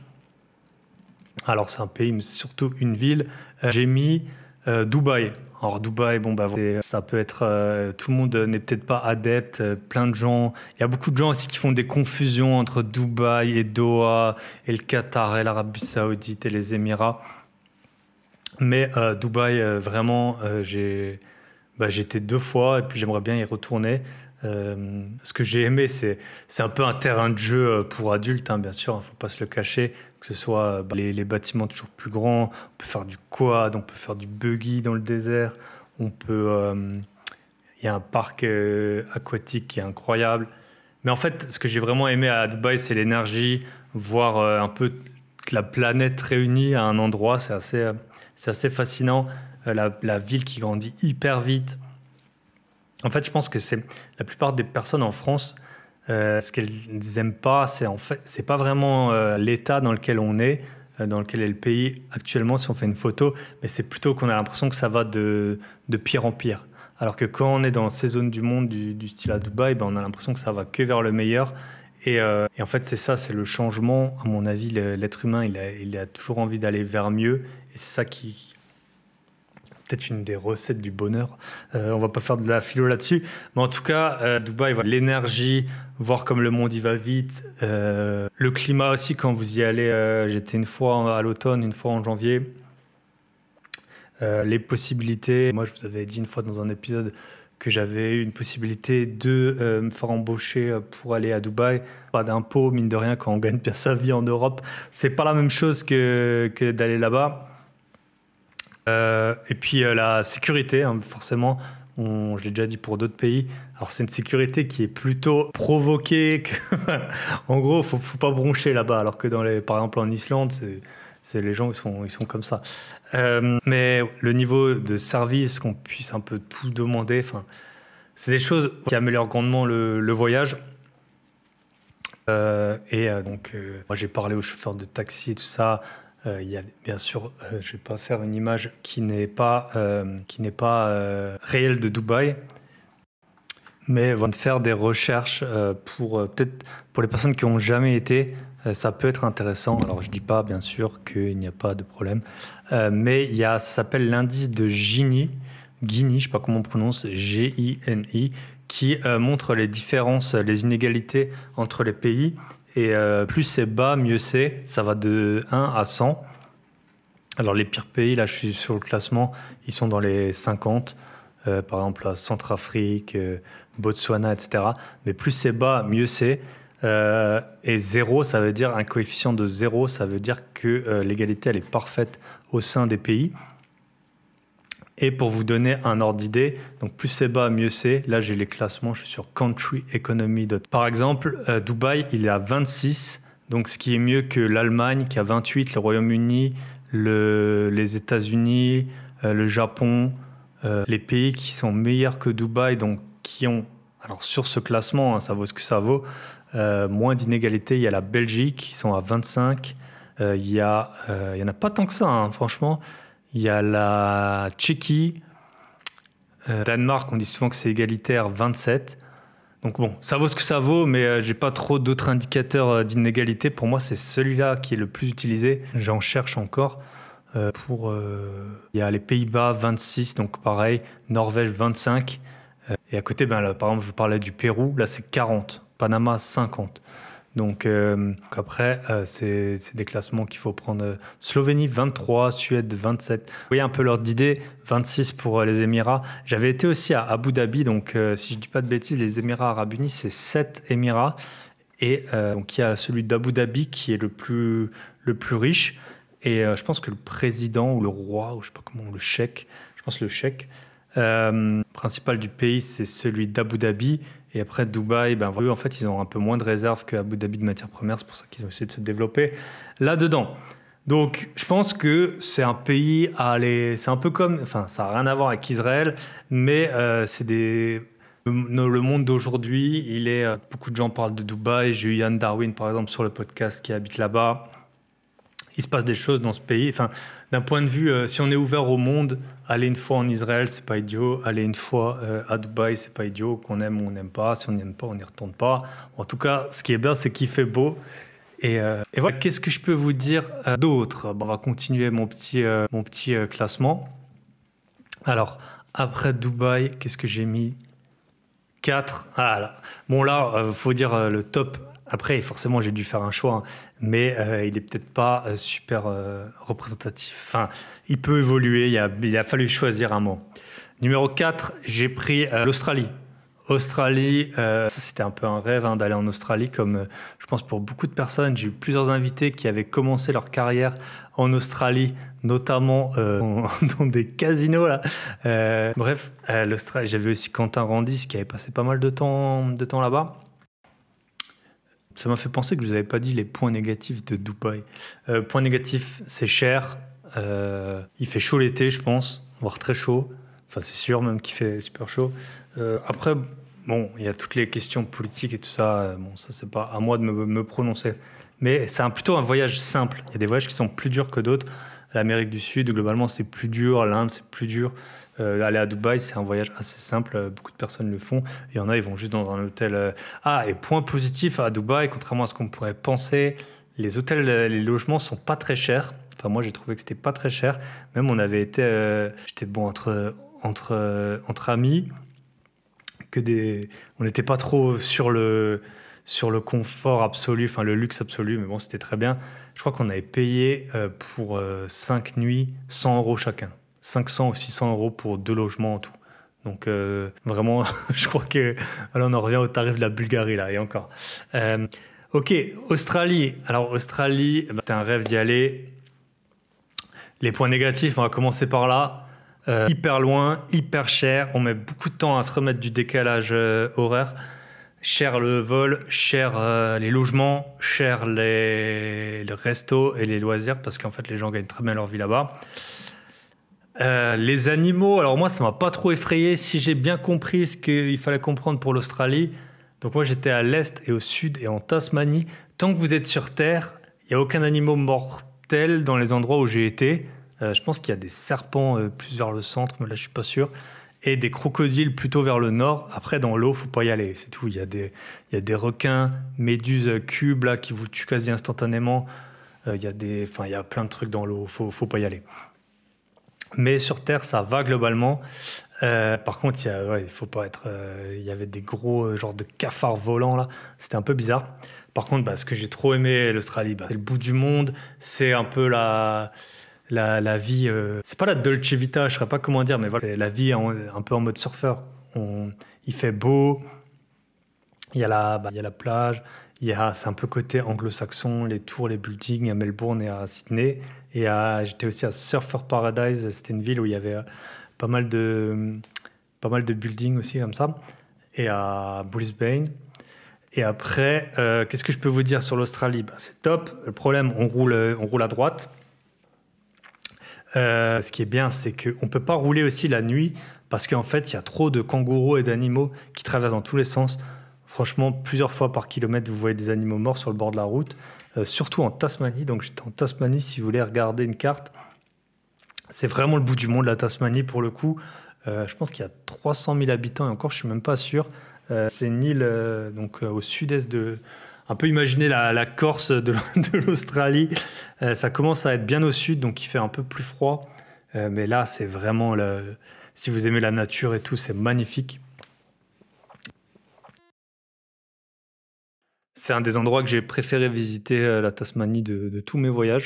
A: Alors c'est un pays, mais c'est surtout une ville. Euh, j'ai mis euh, Dubaï. Alors Dubaï, bon bah c'est- ça peut être, euh, tout le monde n'est peut-être pas adepte. euh, plein de gens. Il y a beaucoup de gens aussi qui font des confusions entre Dubaï et Doha et le Qatar et l'Arabie Saoudite et les Émirats. Mais euh, Dubaï, euh, vraiment, euh, j'ai, bah, j'ai été deux fois et puis j'aimerais bien y retourner. Euh, ce que j'ai aimé, c'est, c'est un peu un terrain de jeu euh, pour adultes, hein, bien sûr, il ne faut pas se le cacher, que ce soit euh, bah, les, les bâtiments toujours plus grands, on peut faire du quad, on peut faire du buggy dans le désert, on peut, euh, il y a un parc euh, aquatique qui est incroyable. Mais en fait, ce que j'ai vraiment aimé à Dubaï, c'est l'énergie, voir euh, un peu toute la planète réunie à un endroit, c'est assez, euh, c'est assez fascinant. Euh, la, la ville qui grandit hyper vite. En fait, je pense que c'est la plupart des personnes en France, euh, ce qu'elles n'aiment pas, c'est en fait, c'est pas vraiment euh, l'état dans lequel on est, euh, dans lequel est le pays actuellement si on fait une photo, mais c'est plutôt qu'on a l'impression que ça va de, de pire en pire. Alors que quand on est dans ces zones du monde du, du style à Dubaï, ben on a l'impression que ça va que vers le meilleur. Et, euh, et en fait, c'est ça, c'est le changement. À mon avis, le- l'être humain, il a, il a toujours envie d'aller vers mieux. Et c'est ça qui, peut-être une des recettes du bonheur. Euh, on va pas faire de la philo là-dessus, mais en tout cas, euh, Dubaï, voilà, l'énergie, voir comme le monde y va vite, euh, le climat aussi quand vous y allez. Euh, j'étais une fois à l'automne, une fois en janvier. Euh, les possibilités. Moi, je vous avais dit une fois dans un épisode que j'avais eu une possibilité de euh, me faire embaucher euh, pour aller à Dubaï. Pas d'impôts, mine de rien, quand on gagne bien sa vie en Europe, c'est pas la même chose que, que d'aller là-bas. Euh, et puis euh, la sécurité, hein, forcément, on, je l'ai déjà dit pour d'autres pays. Alors c'est une sécurité qui est plutôt provoquée. Que en gros, faut, faut pas broncher là-bas. Alors que dans les, par exemple en Islande, c'est, c'est les gens ils sont, ils sont comme ça. Euh, mais le niveau de service, qu'on puisse un peu tout demander, enfin, c'est des choses qui améliorent grandement le, le voyage. Euh, et euh, donc, euh, moi, j'ai parlé aux chauffeurs de taxi et tout ça. Euh, il y a bien sûr, euh, je vais pas faire une image qui n'est pas, euh, qui n'est pas euh, réelle de Dubaï, mais on va faire des recherches euh, pour euh, peut-être pour les personnes qui ont jamais été, euh, ça peut être intéressant. Alors, je dis pas bien sûr qu'il n'y a pas de problème, euh, mais il y a, ça s'appelle l'indice de Gini, Gini, je sais pas comment on prononce, G I N I, qui euh, montre les différences, les inégalités entre les pays. Et euh, plus c'est bas, mieux c'est. Ça va de un à cent. Alors les pires pays, là je suis sur le classement, ils sont dans les cinquante. Euh, par exemple, la Centrafrique, euh, Botswana, et cetera. Mais plus c'est bas, mieux c'est. Euh, et zéro, ça veut dire un coefficient de zéro, ça veut dire que euh, l'égalité elle est parfaite au sein des pays. Et pour vous donner un ordre d'idée, donc plus c'est bas, mieux c'est. Là, j'ai les classements, je suis sur country economy. Par exemple, euh, Dubaï, il est à vingt-six, donc ce qui est mieux que l'Allemagne qui a vingt-huit, le Royaume-Uni, le, les États-Unis, euh, le Japon, euh, les pays qui sont meilleurs que Dubaï, donc qui ont, alors sur ce classement, hein, ça vaut ce que ça vaut, euh, moins d'inégalités. Il y a la Belgique qui sont à vingt-cinq. Euh, il y a, euh, il y en a pas tant que ça, hein, franchement. Il y a la Tchéquie, euh, Danemark, on dit souvent que c'est égalitaire, vingt-sept. Donc bon, ça vaut ce que ça vaut, mais euh, j'ai pas trop d'autres indicateurs euh, d'inégalité. Pour moi, c'est celui-là qui est le plus utilisé. J'en cherche encore. Euh, pour, euh, il y a les Pays-Bas, vingt-six, donc pareil. Norvège, vingt-cinq. Euh, et à côté, ben, là, par exemple, je vous parlais du Pérou, là c'est quarante. Panama, cinquante. Donc, euh, après, euh, c'est, c'est des classements qu'il faut prendre. Slovénie, vingt-trois, Suède, vingt-sept. Vous voyez un peu l'ordre d'idée, vingt-six pour euh, les Émirats. J'avais été aussi à Abu Dhabi, donc euh, si je ne dis pas de bêtises, les Émirats Arabes Unis, c'est sept Émirats. Et euh, donc, il y a celui d'Abu Dhabi qui est le plus, le plus riche. Et euh, je pense que le président ou le roi, ou je ne sais pas comment, le cheikh, je pense le cheikh, euh, principal du pays, c'est celui d'Abu Dhabi. Et après, Dubaï, ben, eux, en fait, ils ont un peu moins de réserves qu'Abu Dhabi de matières premières. C'est pour ça qu'ils ont essayé de se développer là-dedans. Donc, je pense que c'est un pays à aller... C'est un peu comme... Enfin, ça n'a rien à voir avec Israël, mais euh, c'est des... Le, le monde d'aujourd'hui, il est... Euh, beaucoup de gens parlent de Dubaï. J'ai eu Yann Darwin, par exemple, sur le podcast qui habite là-bas. Il se passe des choses dans ce pays. Enfin, d'un point de vue, euh, si on est ouvert au monde, aller une fois en Israël, c'est pas idiot. Aller une fois euh, à Dubaï, c'est pas idiot. Qu'on aime ou on n'aime pas. Si on n'aime pas, on n'y retourne pas. En tout cas, ce qui est bien, c'est qu'il fait beau. Et, euh, et voilà. Qu'est-ce que je peux vous dire euh, d'autre? Bon, on va continuer mon petit, euh, mon petit euh, classement. Alors, après Dubaï, qu'est-ce que j'ai mis? quatre. Ah là. Bon, là, il euh, faut dire euh, le top. Après, forcément, j'ai dû faire un choix, hein, mais euh, il n'est peut-être pas euh, super euh, représentatif. Enfin, il peut évoluer, il a, il a fallu choisir un mot. Numéro quatre, j'ai pris euh, l'Australie. Australie, euh, ça c'était un peu un rêve hein, d'aller en Australie, comme euh, je pense pour beaucoup de personnes. J'ai eu plusieurs invités qui avaient commencé leur carrière en Australie, notamment euh, dans des casinos. Là. Euh, bref, euh, l'Australie, j'avais aussi Quentin Randis qui avait passé pas mal de temps, de temps là-bas. Ça m'a fait penser que je vous avais pas dit les points négatifs de Dubaï. Euh, point négatif, c'est cher. Euh, il fait chaud l'été, je pense, voire très chaud. Enfin, c'est sûr même qu'il fait super chaud. Euh, après, bon, il y a toutes les questions politiques et tout ça. Bon, ça, c'est pas à moi de me, me prononcer. Mais c'est un, plutôt un voyage simple. Il y a des voyages qui sont plus durs que d'autres. L'Amérique du Sud, globalement, c'est plus dur. L'Inde, c'est plus dur. Euh, aller à Dubaï, c'est un voyage assez simple. Euh, beaucoup de personnes le font. Il y en a, ils vont juste dans un hôtel. Euh... Ah, et point positif à Dubaï, contrairement à ce qu'on pourrait penser, les hôtels, les logements sont pas très chers. Enfin, moi, j'ai trouvé que c'était pas très cher. Même, on avait été, euh... j'étais bon entre entre euh, entre amis, que des, on n'était pas trop sur le sur le confort absolu, enfin le luxe absolu, mais bon, c'était très bien. Je crois qu'on avait payé euh, pour euh, cinq nuits cent euros chacun. cinq cents ou six cents euros pour deux logements en tout. Donc euh, vraiment, je crois que voilà, on en revient au tarif de la Bulgarie là et encore. Euh, ok, Australie. Alors Australie, bah, c'était un rêve d'y aller. Les points négatifs, on va commencer par là. Euh, hyper loin, hyper cher. On met beaucoup de temps à se remettre du décalage euh, horaire. Cher le vol, cher euh, les logements, cher les, les restos et les loisirs parce qu'en fait les gens gagnent très bien leur vie là-bas. Euh, les animaux, alors moi ça m'a pas trop effrayé. Si j'ai bien compris ce qu'il fallait comprendre pour l'Australie, Donc moi j'étais à l'est et au sud et en Tasmanie. Tant que vous êtes sur Terre, il n'y a aucun animal mortel dans les endroits où j'ai été. Euh, je pense qu'il y a des serpents euh, plus vers le centre, mais là je suis pas sûr. Et des crocodiles plutôt vers le nord. Après dans l'eau, faut pas y aller, c'est tout. Il y a des, il y a des requins, méduses euh, cubes là qui vous tuent quasi instantanément. Euh, il y a des, enfin il y a plein de trucs dans l'eau, faut, faut pas y aller. Mais sur Terre, ça va globalement. Euh, par contre, il y a, ouais, il faut pas être. euh, Il y avait des gros euh, genres de cafards volants là. C'était un peu bizarre. Par contre, bah, ce que j'ai trop aimé l'Australie, bah, c'est le bout du monde. C'est un peu la la, la vie. euh, C'est pas la Dolce Vita, je saurais pas comment dire, mais voilà, la vie en- un peu en mode surfeur. On- il fait beau. Il y a la, bah, il y a la plage. Il y a, c'est un peu côté anglo-saxon, les tours, les buildings à Melbourne et à Sydney. Et à- j'étais aussi à Surfer Paradise. C'était une ville où il y avait euh, pas mal de pas mal de buildings aussi comme ça, et à Brisbane. Et après, euh, qu'est-ce que je peux vous dire sur l'Australie? Bah, c'est top. Le problème, on roule, on roule à droite. Euh, ce qui est bien, c'est qu'on ne peut pas rouler aussi la nuit parce qu'en fait, il y a trop de kangourous et d'animaux qui traversent dans tous les sens. Franchement, plusieurs fois par kilomètre, vous voyez des animaux morts sur le bord de la route, euh, surtout en Tasmanie. Donc, j'étais en Tasmanie, si vous voulez regarder une carte. C'est vraiment le bout du monde, la Tasmanie, pour le coup. Euh, je pense qu'il y a trois cent mille habitants, et encore, je suis même pas sûr. Euh, c'est une île euh, donc, euh, au sud-est de... Un peu imaginer la, la Corse de, de l'Australie. Euh, ça commence à être bien au sud, donc il fait un peu plus froid. Euh, mais là, c'est vraiment... Le... Si vous aimez la nature et tout, c'est magnifique. C'est un des endroits que j'ai préféré visiter, euh, la Tasmanie, de, de tous mes voyages.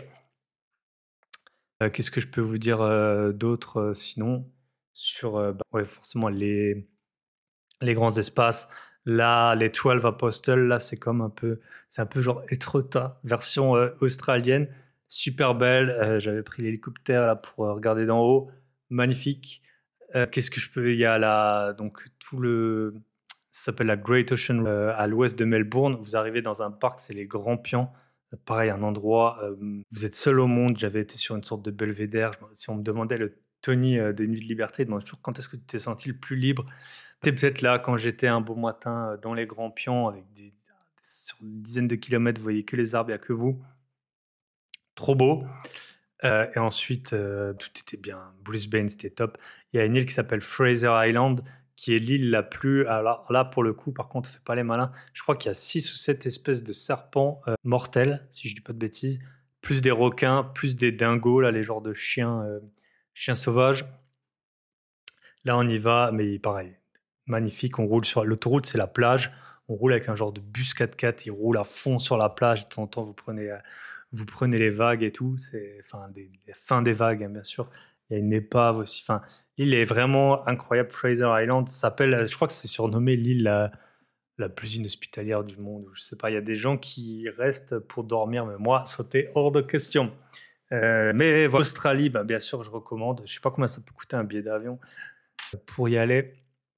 A: Euh, qu'est-ce que je peux vous dire euh, d'autre euh, sinon sur euh, bah, ouais, forcément les, les grands espaces. Là, les douze Apostles, là, c'est comme un peu, c'est un peu genre Etretat, version euh, australienne, super belle. Euh, j'avais pris l'hélicoptère là pour euh, regarder d'en haut, magnifique. Euh, qu'est-ce que je peux, il y a là, donc tout le, ça s'appelle la Great Ocean euh, à l'ouest de Melbourne. Vous arrivez dans un parc, c'est les Grands Pians. Euh, Pareil, un endroit, euh, vous êtes seul au monde. J'avais été sur une sorte de belvédère. Je me- Si on me demandait le Tony euh, des Nuits de Liberté, il demande toujours quand est-ce que tu t'es senti le plus libre. C'était peut-être là quand j'étais un beau matin euh, dans les Grands Pions avec des, sur une dizaine de kilomètres, vous voyez que les arbres, il n'y a que vous. Trop beau. Euh, et ensuite, euh, tout était bien. Brisbane, c'était top. Il y a une île qui s'appelle Fraser Island, qui est l'île la plus. Alors là, pour le coup, par contre, fais pas les malins. Je crois qu'il y a six ou sept espèces de serpents euh, mortels, si je dis pas de bêtises. Plus des requins, plus des dingos, là, les genres de chiens, euh, chiens sauvages. Là, on y va, mais pareil, magnifique. On roule sur l'autoroute, c'est la plage. On roule avec un genre de bus quatre-quatre. Il roule à fond sur la plage. De temps en temps, vous prenez, euh, vous prenez les vagues et tout. C'est, enfin, des, les fins des vagues, hein, bien sûr. Il y a une épave aussi. Enfin, l'île est vraiment incroyable. Fraser Island s'appelle, je crois que c'est surnommé l'île la, la plus inhospitalière du monde. Je sais pas. Il y a des gens qui restent pour dormir, mais moi, c'était hors de question. Euh, mais voilà, Australie, bah, bien sûr, je recommande. Je sais pas combien ça peut coûter un billet d'avion pour y aller.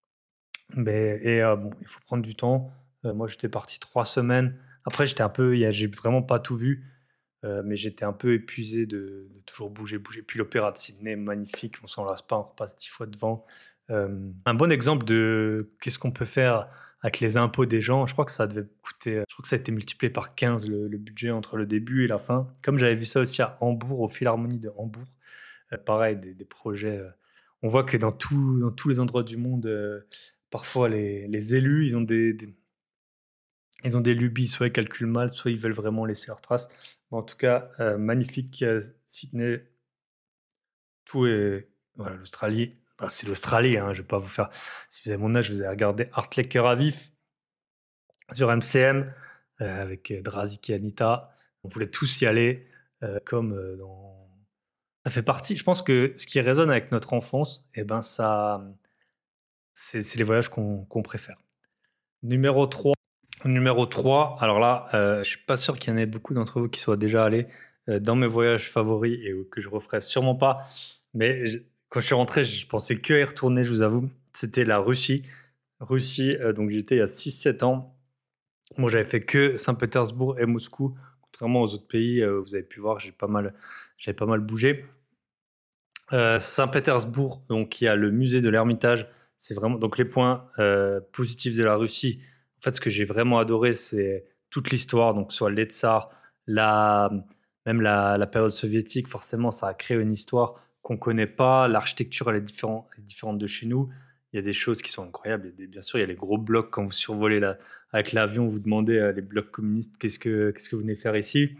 A: Mais, et euh, bon, il faut prendre du temps. Euh, moi, j'étais parti trois semaines. Après, j'étais un peu, il y a- j'ai vraiment pas tout vu, euh, mais j'étais un peu épuisé de, de toujours bouger, bouger. Puis l'opéra de Sydney, magnifique, on s'en lasse pas, on repasse dix fois devant. Euh, un bon exemple de qu'est-ce qu'on peut faire avec les impôts des gens. Je crois que ça devait coûter, je crois que ça a été multiplié par quinze le, le budget entre le début et la fin. Comme j'avais vu ça aussi à Hambourg, au Philharmonie de Hambourg. Euh, pareil, des, des projets. euh, on voit que dans, tout, dans tous les endroits du monde, euh, parfois les, les élus, ils ont des, des- ils ont des lubies, soit ils calculent mal, soit ils veulent vraiment laisser leur trace. Mais en tout cas, euh, magnifique euh, Sydney, tout est. Voilà, l'Australie. Bah, c'est l'Australie, hein, je vais pas vous faire. Si vous avez mon âge, vous avez regardé Art Laker à vif sur M C M euh, avec euh, Drazik et Anita. On voulait tous y aller, euh, comme euh, dans. Ça fait partie. Je pense que ce qui résonne avec notre enfance, eh ben ça, c'est c'est les voyages qu'on qu'on préfère. Numéro trois. Numéro trois. Alors là, euh, je suis pas sûr qu'il y en ait beaucoup d'entre vous qui soient déjà allés euh, dans mes voyages favoris et que je referai sûrement pas. Mais je- quand je suis rentré, je pensais que y retourner, je vous avoue. C'était la Russie. Russie, euh, donc j'étais il y a six sept ans. Moi, j'avais fait que Saint-Pétersbourg et Moscou. Contrairement aux autres pays, euh, vous avez pu voir, j'ai pas mal, j'avais pas mal bougé. Euh, Saint-Pétersbourg, donc il y a le musée de l'Ermitage. C'est vraiment donc les points euh, positifs de la Russie. En fait, ce que j'ai vraiment adoré, c'est toute l'histoire, donc soit les tsars, la, même la, la période soviétique, forcément, ça a créé une histoire qu'on ne connaît pas. L'architecture, elle est, différente, elle est différente de chez nous. Il y a des choses qui sont incroyables. Il y a des- bien sûr, il y a les gros blocs quand vous survolez la- avec l'avion, vous demandez euh, les blocs communistes, qu'est-ce que, qu'est-ce que vous venez faire ici?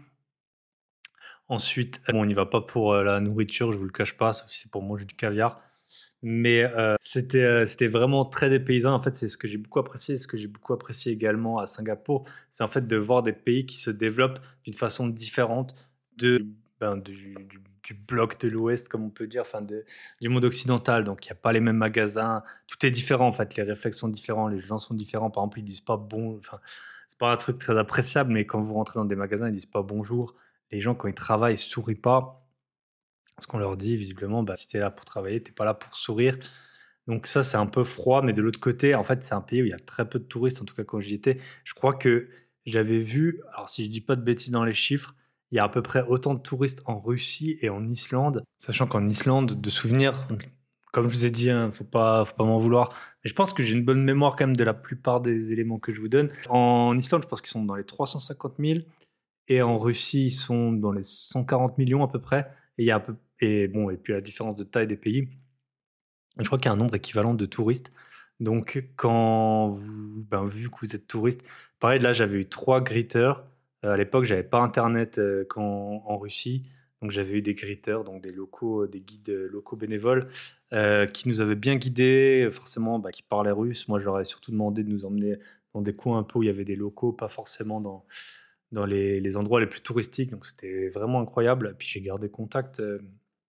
A: Ensuite, bon, on n'y va pas pour euh, la nourriture, je vous le cache pas, sauf si c'est pour manger du caviar. Mais euh, c'était, euh, c'était vraiment très dépaysant. En fait, c'est ce que j'ai beaucoup apprécié. Ce que j'ai beaucoup apprécié également à Singapour, c'est en fait de voir des pays qui se développent d'une façon différente de, ben, du, du- du bloc de l'Ouest, comme on peut dire, enfin de- du monde occidental. Donc, il n'y a pas les mêmes magasins. Tout est différent, en fait. Les réflexes sont différents, les gens sont différents. Par exemple, ils disent pas bon. Enfin, c'est pas un truc très appréciable, mais quand vous rentrez dans des magasins, ils disent pas bonjour. Les gens, quand ils travaillent, ils sourient pas. Parce qu'on leur dit visiblement, bah, si tu es là pour travailler, tu pas là pour sourire. Donc ça, c'est un peu froid, mais de l'autre côté, en fait, c'est un pays où il y a très peu de touristes, en tout cas quand j'y étais. Je crois que j'avais vu, alors si je dis pas de bêtises dans les chiffres, il y a à peu près autant de touristes en Russie et en Islande, sachant qu'en Islande, de souvenirs, comme je vous ai dit, hein, faut pas, faut pas m'en vouloir, mais je pense que j'ai une bonne mémoire quand même de la plupart des éléments que je vous donne. En Islande, je pense qu'ils sont dans les trois cent cinquante mille, et en Russie, ils sont dans les cent quarante millions à peu près. Et il y a un peu, et bon, et puis la différence de taille des pays. Je crois qu'il y a un nombre équivalent de touristes. Donc, quand vous, ben, vu que vous êtes touriste, pareil, là, j'avais eu trois greeters. Euh, à l'époque, j'avais pas Internet euh, quand, en Russie. Donc, j'avais eu des greeters, donc des locaux, des guides euh, locaux bénévoles, euh, qui nous avaient bien guidés, euh, forcément, bah, qui parlaient russe. Moi, j'aurais surtout demandé de nous emmener dans des coins un peu où il y avait des locaux, pas forcément dans, dans les, les endroits les plus touristiques. Donc, c'était vraiment incroyable. Et puis, j'ai gardé contact euh,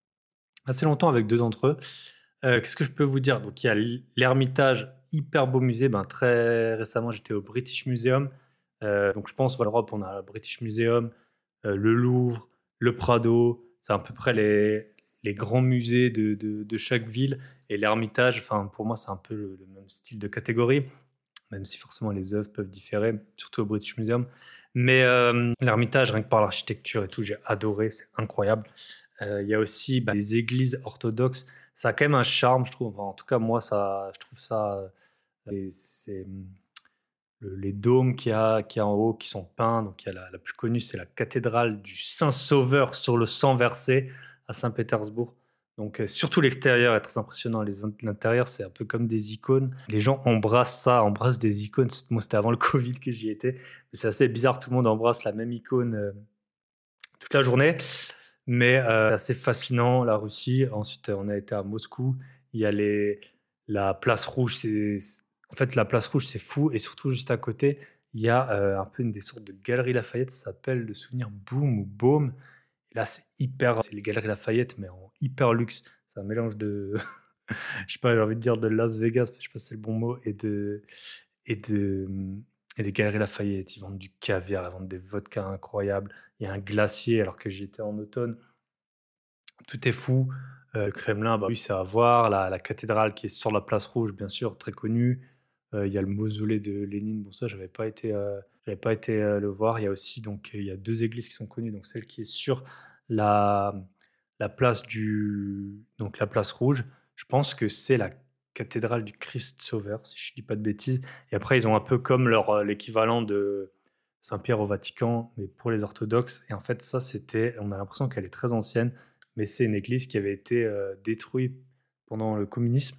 A: assez longtemps avec deux d'entre eux. Heu, qu'est-ce que je peux vous dire? Donc il y a l'I l'Hermitage, hyper beau musée. Ben, très récemment, j'étais au British Museum. Heu, donc je pense, voilà, l'Europe, on a le British Museum, heu, le Louvre, le Prado. C'est à peu près les les grands musées de de de chaque ville, et l'Hermitage, enfin, pour moi, c'est un peu le le même style de catégorie, même si forcément les œuvres peuvent différer, surtout au British Museum. Mais hem, l'Hermitage, rien que par l'architecture et tout, j'ai adoré, c'est incroyable. Heu, il y a aussi, bah, les églises orthodoxes. Ça a quand même un charme, je trouve. Enfin, en tout cas, moi, ça, je trouve ça. euh, et c'est mmh, le- les dômes qu'il y a, qu'il y a en haut qui sont peints. Donc, il y a la, la plus connue, c'est la cathédrale du Saint-Sauveur sur le sang versé à Saint-Pétersbourg. Donc, euh, surtout l'extérieur est très impressionnant. Les in- L'intérieur, c'est un peu comme des icônes. Les gens embrassent ça, embrassent des icônes. Moi, c'était avant le Covid que j'y étais. Mais c'est assez bizarre, tout le monde embrasse la même icône euh, toute la journée. Mais euh, c'est assez fascinant, la Russie. Ensuite, on a été à Moscou. Il y a les, la place rouge. C'est, c'est- en fait, la place rouge, c'est fou. Et surtout, juste à côté, il y a euh, un peu une des sortes de galeries Lafayette. Ça s'appelle le souvenir Boom ou Baume. Et là, c'est hyper. C'est les galeries Lafayette, mais en hyper luxe. C'est un mélange de. Je sais pas, j'ai envie de dire de Las Vegas, je sais pas si c'est le bon mot, et de. Et de. Et des galeries Lafayette. Ils vendent du caviar, ils vendent des vodkas incroyables. Il y a un glacier, alors que j'y étais en automne. Tout est fou. Heu, le Kremlin, bah, oui, c'est à voir. La la cathédrale qui est sur la place rouge, bien sûr, très connue. Heu, il y a le mausolée de Lénine. Bon, ça, j'avais pas été, heu, j'avais pas été, heu, le voir. Il y a aussi donc, il y a deux églises qui sont connues. Donc celle qui est sur la la place du donc la place rouge, je pense que c'est la cathédrale du Christ Sauveur, si je dis pas de bêtises. Et après, ils ont un peu comme leur, heu, l'équivalent de Saint-Pierre au Vatican, mais pour les orthodoxes. Et en fait, ça, c'était on a l'impression qu'elle est très ancienne, mais c'est une église qui avait été euh, détruite pendant le communisme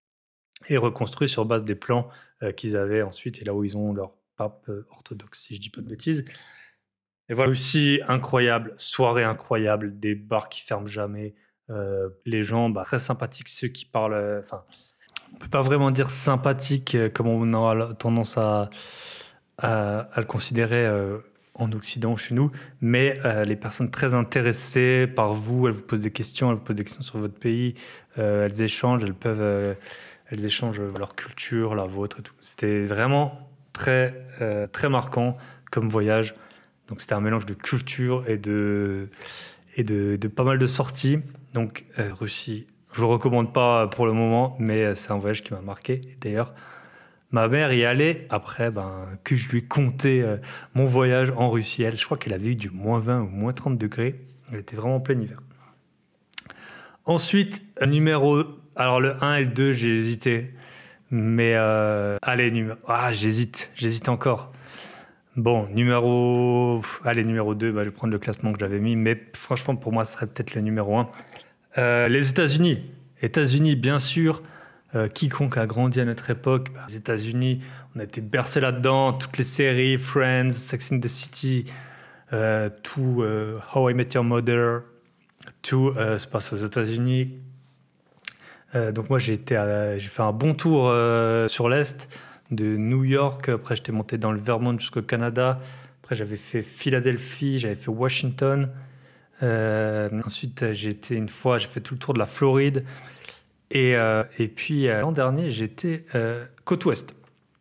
A: et reconstruite sur base des plans euh, qu'ils avaient ensuite, et là où ils ont leur pape euh, orthodoxe, si je dis pas de bêtises. Et voilà, aussi incroyable, soirée incroyable, des bars qui ferment jamais, euh, les gens bah, très sympathiques, ceux qui parlent, euh, enfin, on peut pas vraiment dire sympathique euh, comme on a tendance à, à, à le considérer euh, en Occident ou chez nous, mais euh, les personnes très intéressées par vous, elles vous posent des questions, elles vous posent des questions sur votre pays, euh, elles échangent, elles peuvent, euh, elles échangent leur culture, la vôtre et tout. C'était vraiment très, euh, très marquant comme voyage. Donc c'était un mélange de culture et de, et de, de pas mal de sorties. Donc euh, Russie, je le recommande pas pour le moment, mais euh, c'est un voyage qui m'a marqué. Et d'ailleurs, ma mère y allait après ben, que je lui contais euh, mon voyage en Russie. Elle, je crois qu'elle avait eu du moins vingt ou moins trente degrés. Elle était vraiment en plein hiver. Ensuite, numéro. Alors le un et le deux, j'ai hésité. Mais euh, allez, numéro... ah, j'hésite, j'hésite encore. Bon, numéro... Allez, numéro deux, bah, je vais prendre le classement que j'avais mis, mais franchement, pour moi, ce serait peut-être le numéro un. Euh, les États-Unis. États-Unis, bien sûr. Euh, quiconque a grandi à notre époque, bah, les États-Unis, on a été bercé là-dedans. Toutes les séries, Friends, Sex and the City, euh, tout euh, How I Met Your Mother, tout euh, se passe aux États-Unis. Euh, donc moi, j'ai, été à- j'ai fait un bon tour euh, sur l'Est de New York. Après, j'étais monté dans le Vermont jusqu'au Canada. Après, j'avais fait Philadelphie, j'avais fait Washington. Euh, ensuite, j'ai été une fois, j'ai fait tout le tour de la Floride. Et, euh, et puis, euh, l'an dernier, j'étais euh, côte ouest.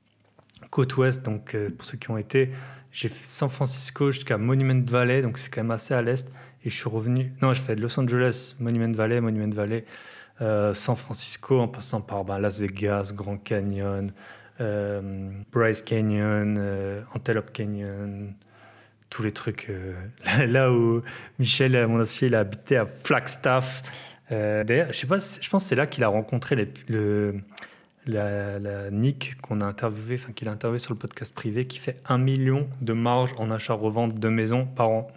A: Côte ouest, donc euh, pour ceux qui ont été, j'ai fait San Francisco jusqu'à Monument Valley, donc c'est quand même assez à l'est. Et je suis revenu, non, j'ai fait Los Angeles, Monument Valley, Monument Valley, euh, San Francisco, en passant par ben, Las Vegas, Grand Canyon, euh, Bryce Canyon, euh, Antelope Canyon, tous les trucs. euh, là, là où Michel, mon associé, il a habité à Flagstaff. Euh, d'ailleurs, je sais pas, je pense que c'est là qu'il a rencontré les- le, la, la Nick qu'on a interviewé, enfin qu'il a interviewé sur le podcast privé, qui fait un million de marge en achat-revente de maisons par an,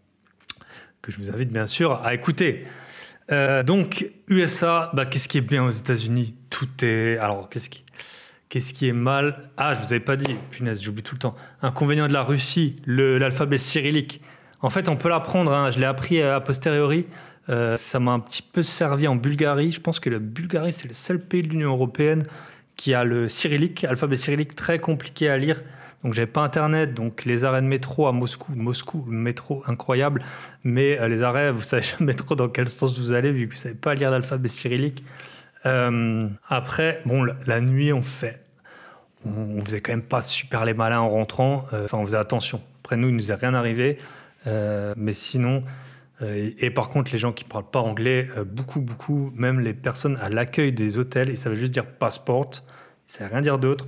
A: que je vous invite bien sûr à écouter. Euh, donc, U S A, bah, qu'est-ce qui est bien aux États-Unis? Tout est. Alors, qu'est-ce qui, qu'est-ce qui est mal? Ah, je vous avais pas dit, punaise, j'oublie tout le temps. Inconvénient de la Russie, le, l'alphabet cyrillique. En fait, on peut l'apprendre, hein, je l'ai appris a posteriori. Euh, ça m'a un petit peu servi en Bulgarie. Je pense que la Bulgarie, c'est le seul pays de l'Union européenne qui a le cyrillique, alphabet cyrillique très compliqué à lire. Donc, j'avais pas internet, donc les arrêts de métro à Moscou, Moscou, le métro incroyable, mais euh, les arrêts, vous savez jamais trop dans quel sens vous allez, vu que vous savez pas lire l'alphabet cyrillique. Euh, après, bon, la, la nuit, on fait, on, on faisait quand même pas super les malins en rentrant. Euh, Enfin, on faisait attention. Après nous, il nous est rien arrivé, euh, mais sinon. Euh, et, et par contre, les gens qui parlent pas anglais, euh, beaucoup, beaucoup, même les personnes à l'accueil des hôtels, ils savaient juste dire passport, ils savaient rien dire d'autre.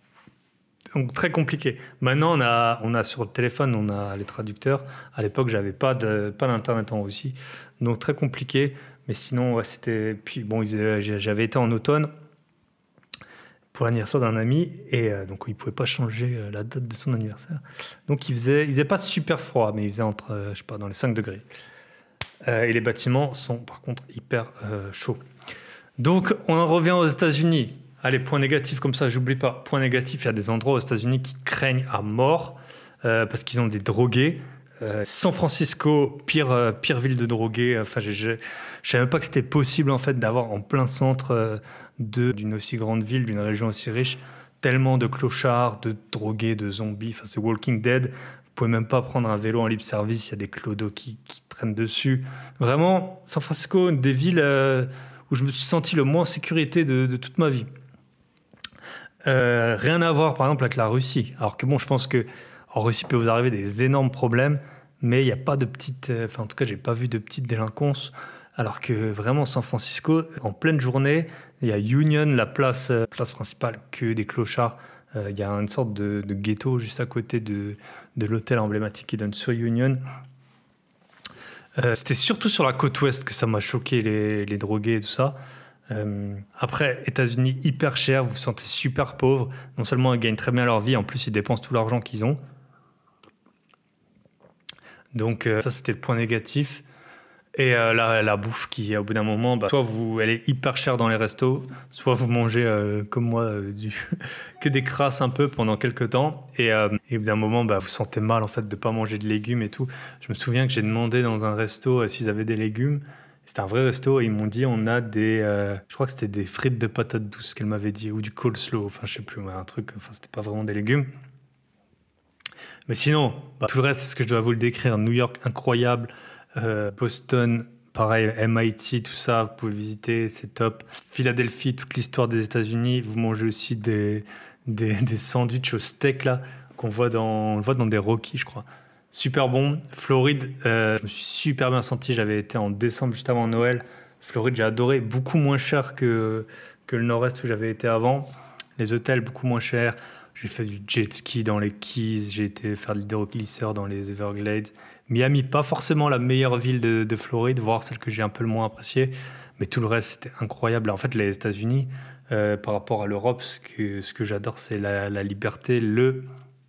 A: Donc très compliqué. Maintenant, on a, on a sur le téléphone, on a les traducteurs. À l'époque, j'avais pas de, pas d'internet en Russie, donc très compliqué. Mais sinon, ouais, c'était. Puis bon, il faisait- j'avais été en automne pour l'anniversaire d'un ami et euh, donc il pouvait pas changer euh, la date de son anniversaire. Donc il faisait, il faisait pas super froid, mais il faisait entre, euh, je sais pas, dans les cinq degrés. Euh, et les bâtiments sont par contre hyper euh, chauds. Donc on en revient aux États-Unis. Allez, point négatif comme ça, j'oublie pas. Point négatif, il y a des endroits aux États-Unis qui craignent à mort euh, parce qu'ils ont des drogués. Euh, San Francisco, pire, euh, pire ville de drogués. Enfin, je, je, je savais même pas que c'était possible en fait d'avoir en plein centre euh, de, d'une aussi grande ville, d'une région aussi riche, tellement de clochards, de drogués, de zombies. Enfin, c'est Walking Dead. Vous pouvez même pas prendre un vélo en libre service. Il y a des clodos qui, qui traînent dessus. Vraiment, San Francisco, une des villes euh, où je me suis senti le moins en sécurité de, de toute ma vie. Euh, rien à voir, par exemple, avec la Russie. Alors que bon, je pense que en Russie peut vous arriver des énormes problèmes, mais il n'y a pas de petites. euh, Enfin, en tout cas, j'ai pas vu de petites délinquances. Alors que vraiment, San Francisco, en pleine journée, il y a Union, la place, euh, place principale, que des clochards. Euh, Il y a une sorte de, de ghetto juste à côté de, de l'hôtel emblématique qui donne sur Union. Euh, c'était surtout sur la côte ouest que ça m'a choqué, les, les drogués et tout ça. Euh, après, États-Unis hyper cher, vous vous sentez super pauvre. Non seulement ils gagnent très bien leur vie, en plus ils dépensent tout l'argent qu'ils ont. Donc euh, ça c'était le point négatif. Et euh, la, la bouffe qui, au bout d'un moment, bah, soit vous, elle est hyper chère dans les restos, soit vous mangez euh, comme moi euh, du, que des crasses un peu pendant quelques temps. Et, euh, et au bout d'un moment, bah, vous sentez mal en fait de pas manger de légumes et tout. Je me souviens que j'ai demandé dans un resto euh, s'ils avaient des légumes. C'était un vrai resto et ils m'ont dit on a des, euh, je crois que c'était des frites de patates douces qu'elle m'avait dit ou du coleslaw. Enfin je sais plus, ouais, un truc. Enfin c'était pas vraiment des légumes. Mais sinon, bah, tout le reste, c'est ce que je dois vous le décrire. New York, incroyable. Euh, Boston, pareil, M I T, tout ça, vous pouvez visiter, c'est top. Philadelphie, toute l'histoire des États-Unis. Vous mangez aussi des, des, des sandwichs au steak, là, qu'on voit dans, on le voit dans des Rockies, je crois. Super bon. Floride, euh, je me suis super bien senti. J'avais été en décembre, juste avant Noël. Floride, j'ai adoré. Beaucoup moins cher que, que le nord-est où j'avais été avant. Les hôtels, beaucoup moins chers. J'ai fait du jet ski dans les Keys, j'ai été faire de l'hydroglisseur dans les Everglades. Miami, pas forcément la meilleure ville de, de Floride, voire celle que j'ai un peu le moins appréciée, mais tout le reste, c'était incroyable. En fait, les États-Unis, euh, par rapport à l'Europe. Ce que, ce que j'adore, c'est la, la liberté, le...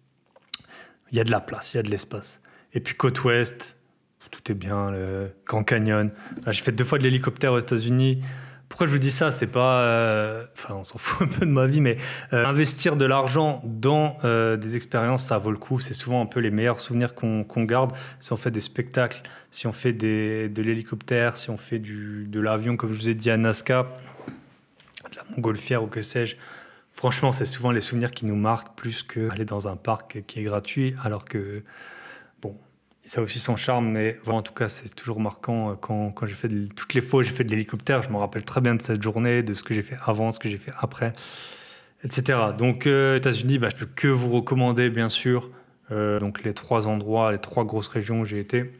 A: Il y a de la place, il y a de l'espace. Et puis côte ouest, tout est bien, le Grand Canyon. Là, j'ai fait deux fois de l'hélicoptère aux États-Unis. Pourquoi je vous dis ça? C'est pas... euh, Enfin, on s'en fout un peu de ma vie, mais euh, investir de l'argent dans euh, des expériences, ça vaut le coup. C'est souvent un peu les meilleurs souvenirs qu'on qu'on garde. Si on fait des spectacles, si on fait des, de l'hélicoptère, si on fait du, de l'avion, comme je vous ai dit, à Nazca, de la montgolfière ou que sais-je. Franchement, c'est souvent les souvenirs qui nous marquent plus qu'aller dans un parc qui est gratuit, alors que, bon, ça a aussi son charme, mais voilà, en tout cas, c'est toujours marquant quand, quand j'ai fait de, toutes les fois où j'ai fait de l'hélicoptère, je me rappelle très bien de cette journée, de ce que j'ai fait avant, ce que j'ai fait après, et cetera. Donc, euh, États-Unis, bah, je peux que vous recommander, bien sûr, euh, donc les trois endroits, les trois grosses régions où j'ai été.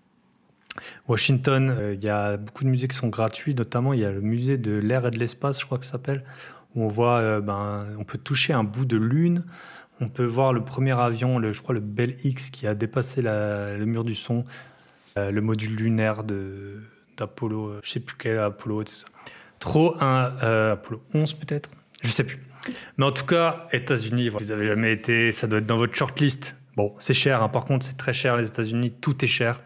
A: Washington, il euh, y a beaucoup de musées qui sont gratuits, notamment il y a le musée de l'air et de l'espace, je crois que ça s'appelle, où on voit, euh, ben, on peut toucher un bout de lune, on peut voir le premier avion, le, je crois le Bell X, qui a dépassé la, le mur du son, euh, le module lunaire de, d'Apollo, euh, je sais plus quel Apollo, tout ça. Trop un euh, Apollo onze peut-être, je sais plus. Mais en tout cas, États-Unis, vous avez jamais été, ça doit être dans votre shortlist. Bon, c'est cher, hein, par contre, c'est très cher les États-Unis, tout est cher.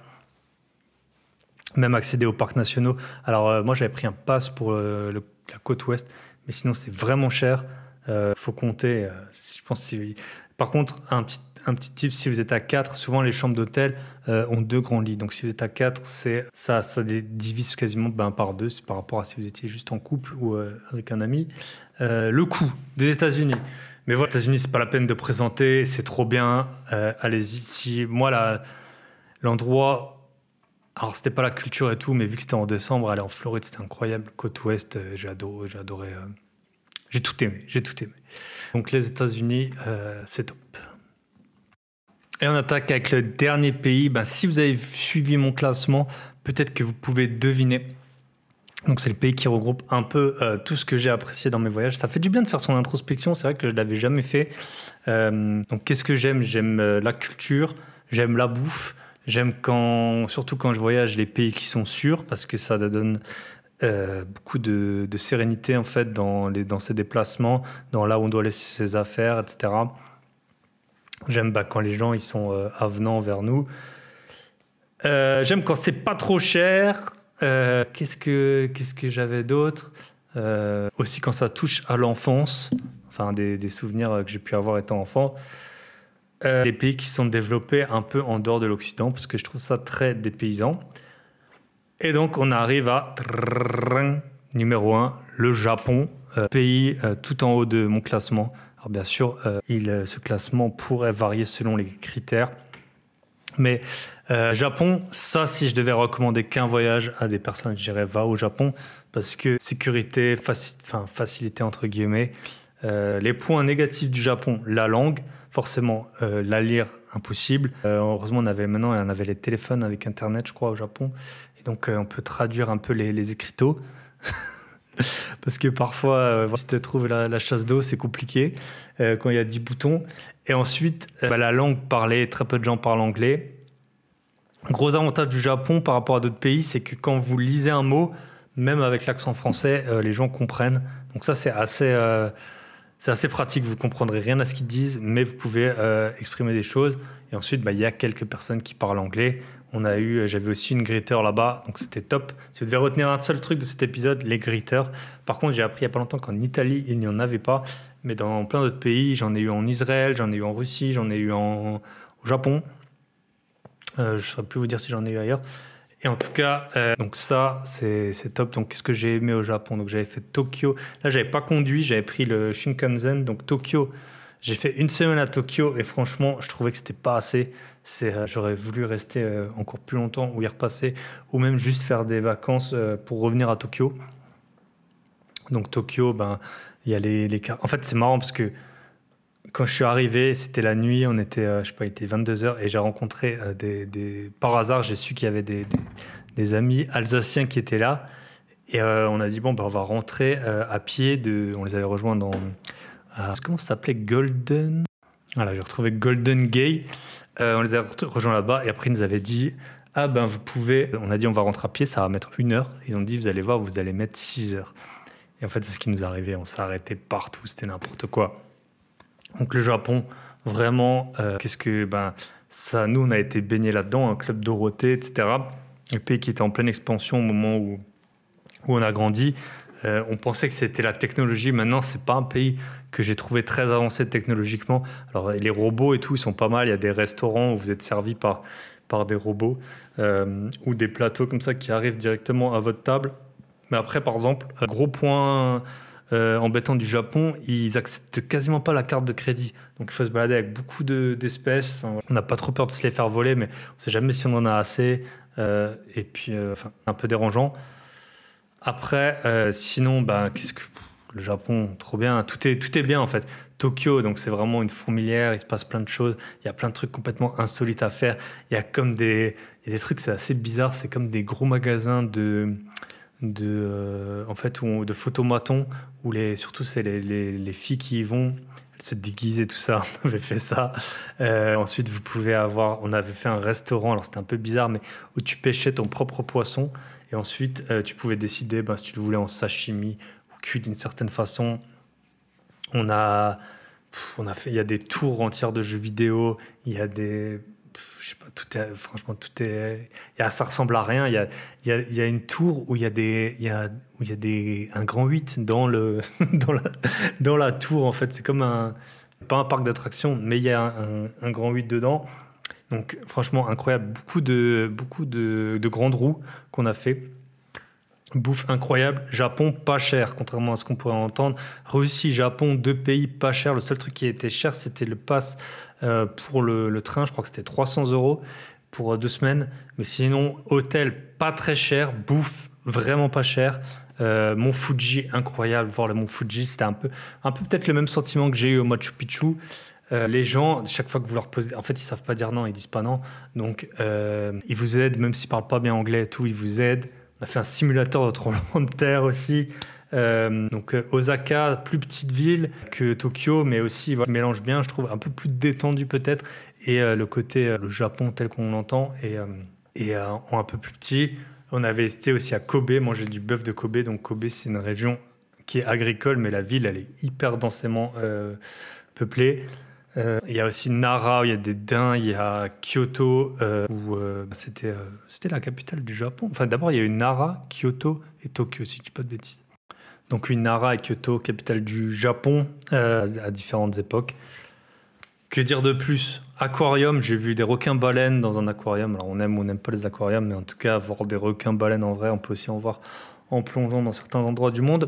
A: Même accéder aux parcs nationaux. Alors, euh, moi, j'avais pris un pass pour euh, le, la côte ouest, mais sinon, c'est vraiment cher. Il euh, faut compter. Euh, je pense si... Par contre, un petit, un petit tip, si vous êtes à quatre, souvent les chambres d'hôtel euh, ont deux grands lits. Donc, si vous êtes à quatre, c'est, ça, ça divise quasiment ben, par deux. C'est par rapport à si vous étiez juste en couple ou euh, avec un ami. Euh, le coût des États-Unis. Mais voilà, les États-Unis, c'est pas la peine de présenter. C'est trop bien. Euh, allez-y. Si, moi, la, l'endroit... Alors, c'était pas la culture et tout, mais vu que c'était en décembre, aller en Floride, c'était incroyable. Côte ouest, euh, j'ai adoré. J'ai, adoré euh, j'ai tout aimé, j'ai tout aimé. Donc, les États-Unis, euh, c'est top. Et on attaque avec le dernier pays. Ben, si vous avez suivi mon classement, peut-être que vous pouvez deviner. Donc, c'est le pays qui regroupe un peu euh, tout ce que j'ai apprécié dans mes voyages. Ça fait du bien de faire son introspection. C'est vrai que je l'avais jamais fait. Euh, donc, qu'est-ce que j'aime? J'aime euh, la culture, j'aime la bouffe. J'aime quand, surtout quand je voyage, les pays qui sont sûrs, parce que ça donne euh, beaucoup de, de sérénité en fait dans, les, dans ses déplacements, dans là où on doit laisser ses affaires, et cetera. J'aime bah, quand les gens ils sont euh, avenants vers nous. Euh, j'aime quand c'est pas trop cher. Euh, qu'est-ce que qu'est-ce que j'avais d'autre? Euh, aussi quand ça touche à l'enfance, enfin des, des souvenirs que j'ai pu avoir étant enfant. Euh, les pays qui sont développés un peu en dehors de l'Occident, parce que je trouve ça très dépaysant. Et donc, on arrive à numéro un, le Japon, euh, pays euh, tout en haut de mon classement. Alors bien sûr, euh, il, euh, ce classement pourrait varier selon les critères. Mais euh, Japon, ça, si je devais recommander qu'un voyage à des personnes, je dirais va au Japon, parce que sécurité, faci- enfin, facilité entre guillemets. Euh, les points négatifs du Japon, la langue. Forcément, euh, la lire, impossible. Euh, heureusement, on avait, maintenant, on avait les téléphones avec Internet, je crois, au Japon. Et donc, euh, on peut traduire un peu les, les écriteaux. Parce que parfois, euh, si tu trouves la, la chasse d'eau, c'est compliqué euh, quand il y a dix boutons. Et ensuite, euh, bah, la langue parlée, très peu de gens parlent anglais. Gros avantage du Japon par rapport à d'autres pays, c'est que quand vous lisez un mot, même avec l'accent français, euh, les gens comprennent. Donc ça, c'est assez... Euh, C'est assez pratique, vous ne comprendrez rien à ce qu'ils disent, mais vous pouvez euh, exprimer des choses. Et ensuite, bah, il y a quelques personnes qui parlent anglais. On a eu, j'avais aussi une greeter là-bas, donc c'était top. Si vous devez retenir un seul truc de cet épisode, les greeters. Par contre, j'ai appris il n'y a pas longtemps qu'en Italie, il n'y en avait pas. Mais dans plein d'autres pays, j'en ai eu en Israël, j'en ai eu en Russie, j'en ai eu en, au Japon. Euh, je ne saurais plus vous dire si j'en ai eu ailleurs. Et en tout cas, euh, donc ça, c'est, c'est top. Donc, qu'est-ce que j'ai aimé au Japon? Donc, j'avais fait Tokyo. Là, j'avais pas conduit, j'avais pris le Shinkansen. Donc, Tokyo, j'ai fait une semaine à Tokyo et franchement, je trouvais que c'était pas assez. C'est, euh, j'aurais voulu rester euh, encore plus longtemps ou y repasser ou même juste faire des vacances euh, pour revenir à Tokyo. Donc, Tokyo, ben, il y a les, les... En fait, c'est marrant parce que quand je suis arrivé, c'était la nuit, on était, euh, je sais pas, il était vingt-deux heures et j'ai rencontré euh, des, des... Par hasard, j'ai su qu'il y avait des, des, des amis alsaciens qui étaient là. Et euh, on a dit, bon, ben, on va rentrer euh, à pied. De... On les avait rejoints dans... Euh, comment ça s'appelait? Golden... Voilà, j'ai retrouvé Golden Gate. Euh, on les a rejoints là-bas et après, ils nous avaient dit, ah ben, vous pouvez... On a dit, on va rentrer à pied, ça va mettre une heure. Ils ont dit, vous allez voir, vous allez mettre six heures. Et en fait, c'est ce qui nous arrivait. On s'est arrêté partout, c'était n'importe quoi. Donc le Japon, vraiment, euh, qu'est-ce que... Ben, ça, nous, on a été baignés là-dedans, un club Dorothée, et cetera. Le pays qui était en pleine expansion au moment où, où on a grandi. Euh, on pensait que c'était la technologie. Maintenant, c'est pas un pays que j'ai trouvé très avancé technologiquement. Alors, les robots et tout, ils sont pas mal. Il y a des restaurants où vous êtes servis par, par des robots euh, ou des plateaux comme ça qui arrivent directement à votre table. Mais après, par exemple, un gros point euh, embêtant du Japon, ils acceptent quasiment pas la carte de crédit. Donc, il faut se balader avec beaucoup de, d'espèces. Enfin, on n'a pas trop peur de se les faire voler, mais on sait jamais si on en a assez. Euh, et puis, euh, enfin, un peu dérangeant. Après, euh, sinon, bah, qu'est-ce que le Japon, trop bien, tout est tout est bien en fait. Tokyo, donc c'est vraiment une fourmilière, il se passe plein de choses, il y a plein de trucs complètement insolites à faire. Il y a comme des il y a des trucs, c'est assez bizarre, c'est comme des gros magasins de de euh, en fait où on- de photomatons où les surtout c'est les, les les filles qui y vont. Elles se déguisent et tout ça, on avait fait ça. Euh, ensuite, vous pouvez avoir, on avait fait un restaurant, alors c'était un peu bizarre, mais où tu pêchais ton propre poisson. Et ensuite, euh, tu pouvais décider ben, si tu le voulais en sashimi ou cuit d'une certaine façon. On a, pff, on a fait, il y a des tours entières de jeux vidéo. Il y a des, pff, je sais pas, tout est, franchement, tout est, il y a, ça ressemble à rien. Il y a, il y a, il y a une tour où il y a des, il y a, où il y a des, un grand huit dans le, dans la, dans la tour. En fait, c'est comme un, pas un parc d'attractions, mais il y a un, un grand huit dedans. Donc, franchement, incroyable. Beaucoup de, beaucoup de, de grandes roues qu'on a fait. Bouffe incroyable. Japon, pas cher, contrairement à ce qu'on pourrait entendre. Russie, Japon, deux pays pas chers. Le seul truc qui était cher, c'était le pass euh, pour le, le train. Je crois que c'était trois cents euros pour euh, deux semaines. Mais sinon, hôtel, pas très cher. Bouffe, vraiment pas cher. Euh, Mont Fuji, incroyable. Voir le Mont Fuji, c'était un peu, un peu peut-être le même sentiment que j'ai eu au Machu Picchu. Euh, les gens, chaque fois que vous leur posez, en fait, ils savent pas dire non, ils disent pas non. Donc, euh, ils vous aident, même s'ils parlent pas bien anglais et tout, ils vous aident. On a fait un simulateur de tremblement de terre aussi. Euh, donc, euh, Osaka, plus petite ville que Tokyo, mais aussi, voilà, mélange bien, je trouve, un peu plus détendu peut-être. Et euh, le côté, euh, le Japon tel qu'on l'entend, et, euh, et euh, en un peu plus petit. On avait été aussi à Kobe, manger du bœuf de Kobe. Donc, Kobe, c'est une région qui est agricole, mais la ville, elle est hyper densément euh, peuplée. Euh, il y a aussi Nara, où il y a des daims, il y a Kyoto, euh, où euh, c'était, euh, c'était la capitale du Japon. Enfin, d'abord, il y a eu Nara, Kyoto et Tokyo, si je dis pas de bêtises. Donc, oui, Nara et Kyoto, capitale du Japon, euh, à différentes époques. Que dire de plus? Aquarium, j'ai vu des requins-baleines dans un aquarium. Alors, on aime ou on n'aime pas les aquariums, mais en tout cas, voir des requins-baleines en vrai, on peut aussi en voir en plongeant dans certains endroits du monde.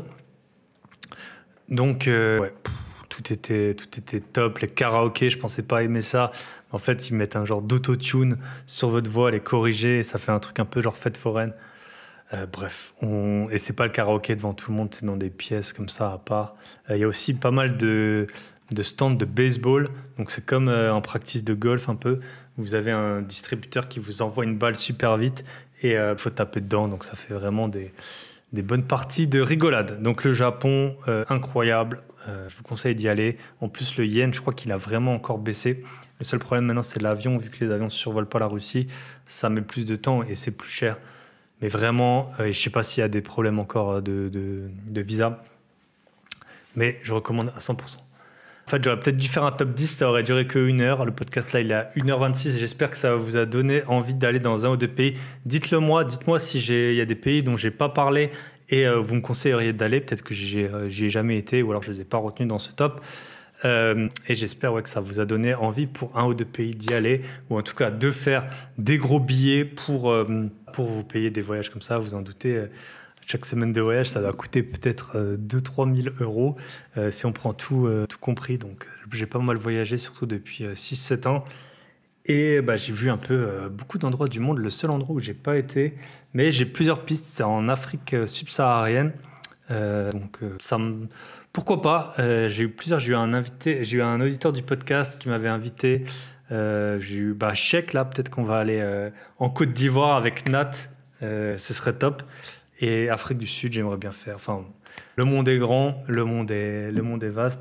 A: Donc, euh, ouais. Tout était, tout était top. Les karaokés, je pensais pas aimer ça. En fait, ils mettent un genre d'autotune sur votre voix, les corriger, et ça fait un truc un peu genre fête foraine. Euh, bref, on... et c'est pas le karaoké devant tout le monde, c'est dans des pièces comme ça à part. Euh, Il y a aussi pas mal de, de stands de baseball. Donc c'est comme euh, en practice de golf un peu. Vous avez un distributeur qui vous envoie une balle super vite et il euh, faut taper dedans. Donc ça fait vraiment des, des bonnes parties de rigolade. Donc le Japon, euh, incroyable. Euh, je vous conseille d'y aller. En plus, le yen, je crois qu'il a vraiment encore baissé. Le seul problème maintenant, c'est l'avion. Vu que les avions ne survolent pas la Russie, ça met plus de temps et c'est plus cher. Mais vraiment, euh, je ne sais pas s'il y a des problèmes encore de, de, de visa. Mais je recommande à cent pour cent. En fait, j'aurais peut-être dû faire un top dix, ça aurait duré que une heure. Le podcast là, il est à une heure vingt-six et j'espère que ça vous a donné envie d'aller dans un ou deux pays. Dites-le moi, dites-moi si j'ai, il y a des pays dont j'ai pas parlé et euh, vous me conseilleriez d'aller. Peut-être que j'y ai, j'y ai jamais été ou alors je les ai pas retenus dans ce top. Euh, et j'espère ouais, que ça vous a donné envie pour un ou deux pays d'y aller ou en tout cas de faire des gros billets pour, euh, pour vous payer des voyages comme ça. Vous en doutez, euh, chaque semaine de voyage, ça doit coûter peut-être euh, deux à trois mille euros euh, si on prend tout, euh, tout compris. Donc euh, j'ai pas mal voyagé, surtout depuis euh, six sept ans. Et bah, j'ai vu un peu euh, beaucoup d'endroits du monde. Le seul endroit où j'ai pas été, mais j'ai plusieurs pistes, c'est en Afrique euh, subsaharienne. Euh, donc euh, ça me... pourquoi pas. Euh, j'ai eu plusieurs. J'ai eu un invité, j'ai eu un auditeur du podcast qui m'avait invité. Euh, j'ai eu bah Chèque là. Peut-être qu'on va aller euh, en Côte d'Ivoire avec Nat. Euh, ce serait top. Et Afrique du Sud, j'aimerais bien faire. Enfin, le monde est grand, le monde est, le monde est vaste.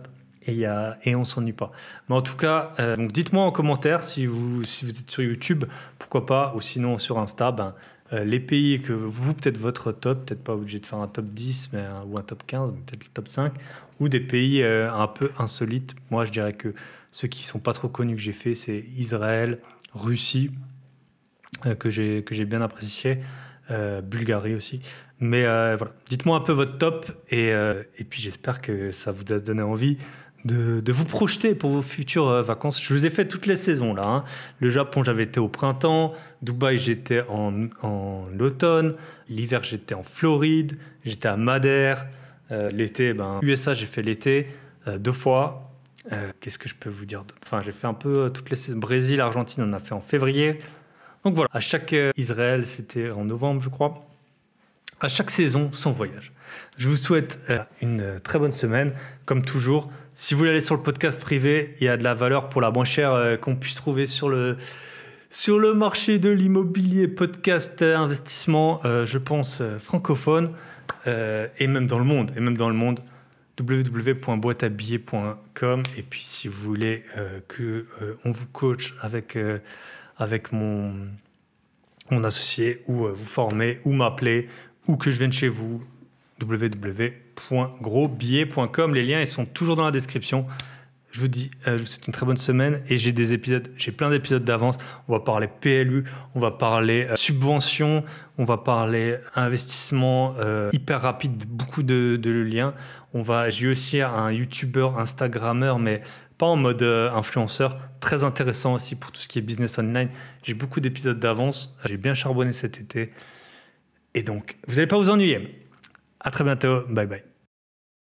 B: et, y a, et on ne s'ennuie pas. Mais en tout cas, euh, donc dites-moi en commentaire si vous, si vous êtes sur YouTube, pourquoi pas, ou sinon sur Insta, ben, euh, les pays que vous, peut-être votre top, peut-être pas obligé de faire un top dix mais un, ou un top quinze, mais peut-être le top cinq, ou des pays euh, un peu insolites. Moi, je dirais que ceux qui ne sont pas trop connus que j'ai fait, c'est Israël, Russie, euh, que j'ai que j'ai bien apprécié, euh, Bulgarie aussi. Mais euh, voilà, dites-moi un peu votre top et, euh, et puis j'espère que ça vous a donné envie de, de vous projeter pour vos futures euh, vacances. Je vous ai fait toutes les saisons là. Hein. Le Japon, j'avais été au printemps. Dubaï, j'étais en, en automne. L'hiver, j'étais en Floride. J'étais à Madère. Euh, l'été, ben, U S A, j'ai fait l'été euh, deux fois. Euh, qu'est-ce que je peux vous dire d'autre? Enfin, j'ai fait un peu euh, toutes les saisons. Brésil, Argentine, on a fait en février. Donc voilà, à chaque euh, Israël, c'était en novembre, je crois. À chaque saison, son voyage. Je vous souhaite euh, une euh, très bonne semaine. Comme toujours, si vous voulez aller sur le podcast privé, il y a de la valeur pour la moins chère euh, qu'on puisse trouver sur le, sur le marché de l'immobilier, podcast, euh, investissement, euh, je pense, euh, francophone, euh, et même dans le monde. Et même dans le monde, w w w point boîte à billets point com. Et puis, si vous voulez euh, que euh, on vous coach avec, euh, avec mon, mon associé, ou euh, vous former, ou m'appeler, ou que je vienne chez vous, w w w point gros billets point com. Les liens, ils sont toujours dans la description. Je vous dis, euh, je vous souhaite une très bonne semaine et j'ai des épisodes, j'ai plein d'épisodes d'avance. On va parler P L U, on va parler euh, subvention, on va parler investissement euh, hyper rapide, beaucoup de, de liens. On va, j'ai aussi un YouTuber, Instagrammeur, mais pas en mode euh, influenceur, très intéressant aussi pour tout ce qui est business online. J'ai beaucoup d'épisodes d'avance, j'ai bien charbonné cet été. Et donc, vous n'allez pas vous ennuyer. À très bientôt. Bye bye.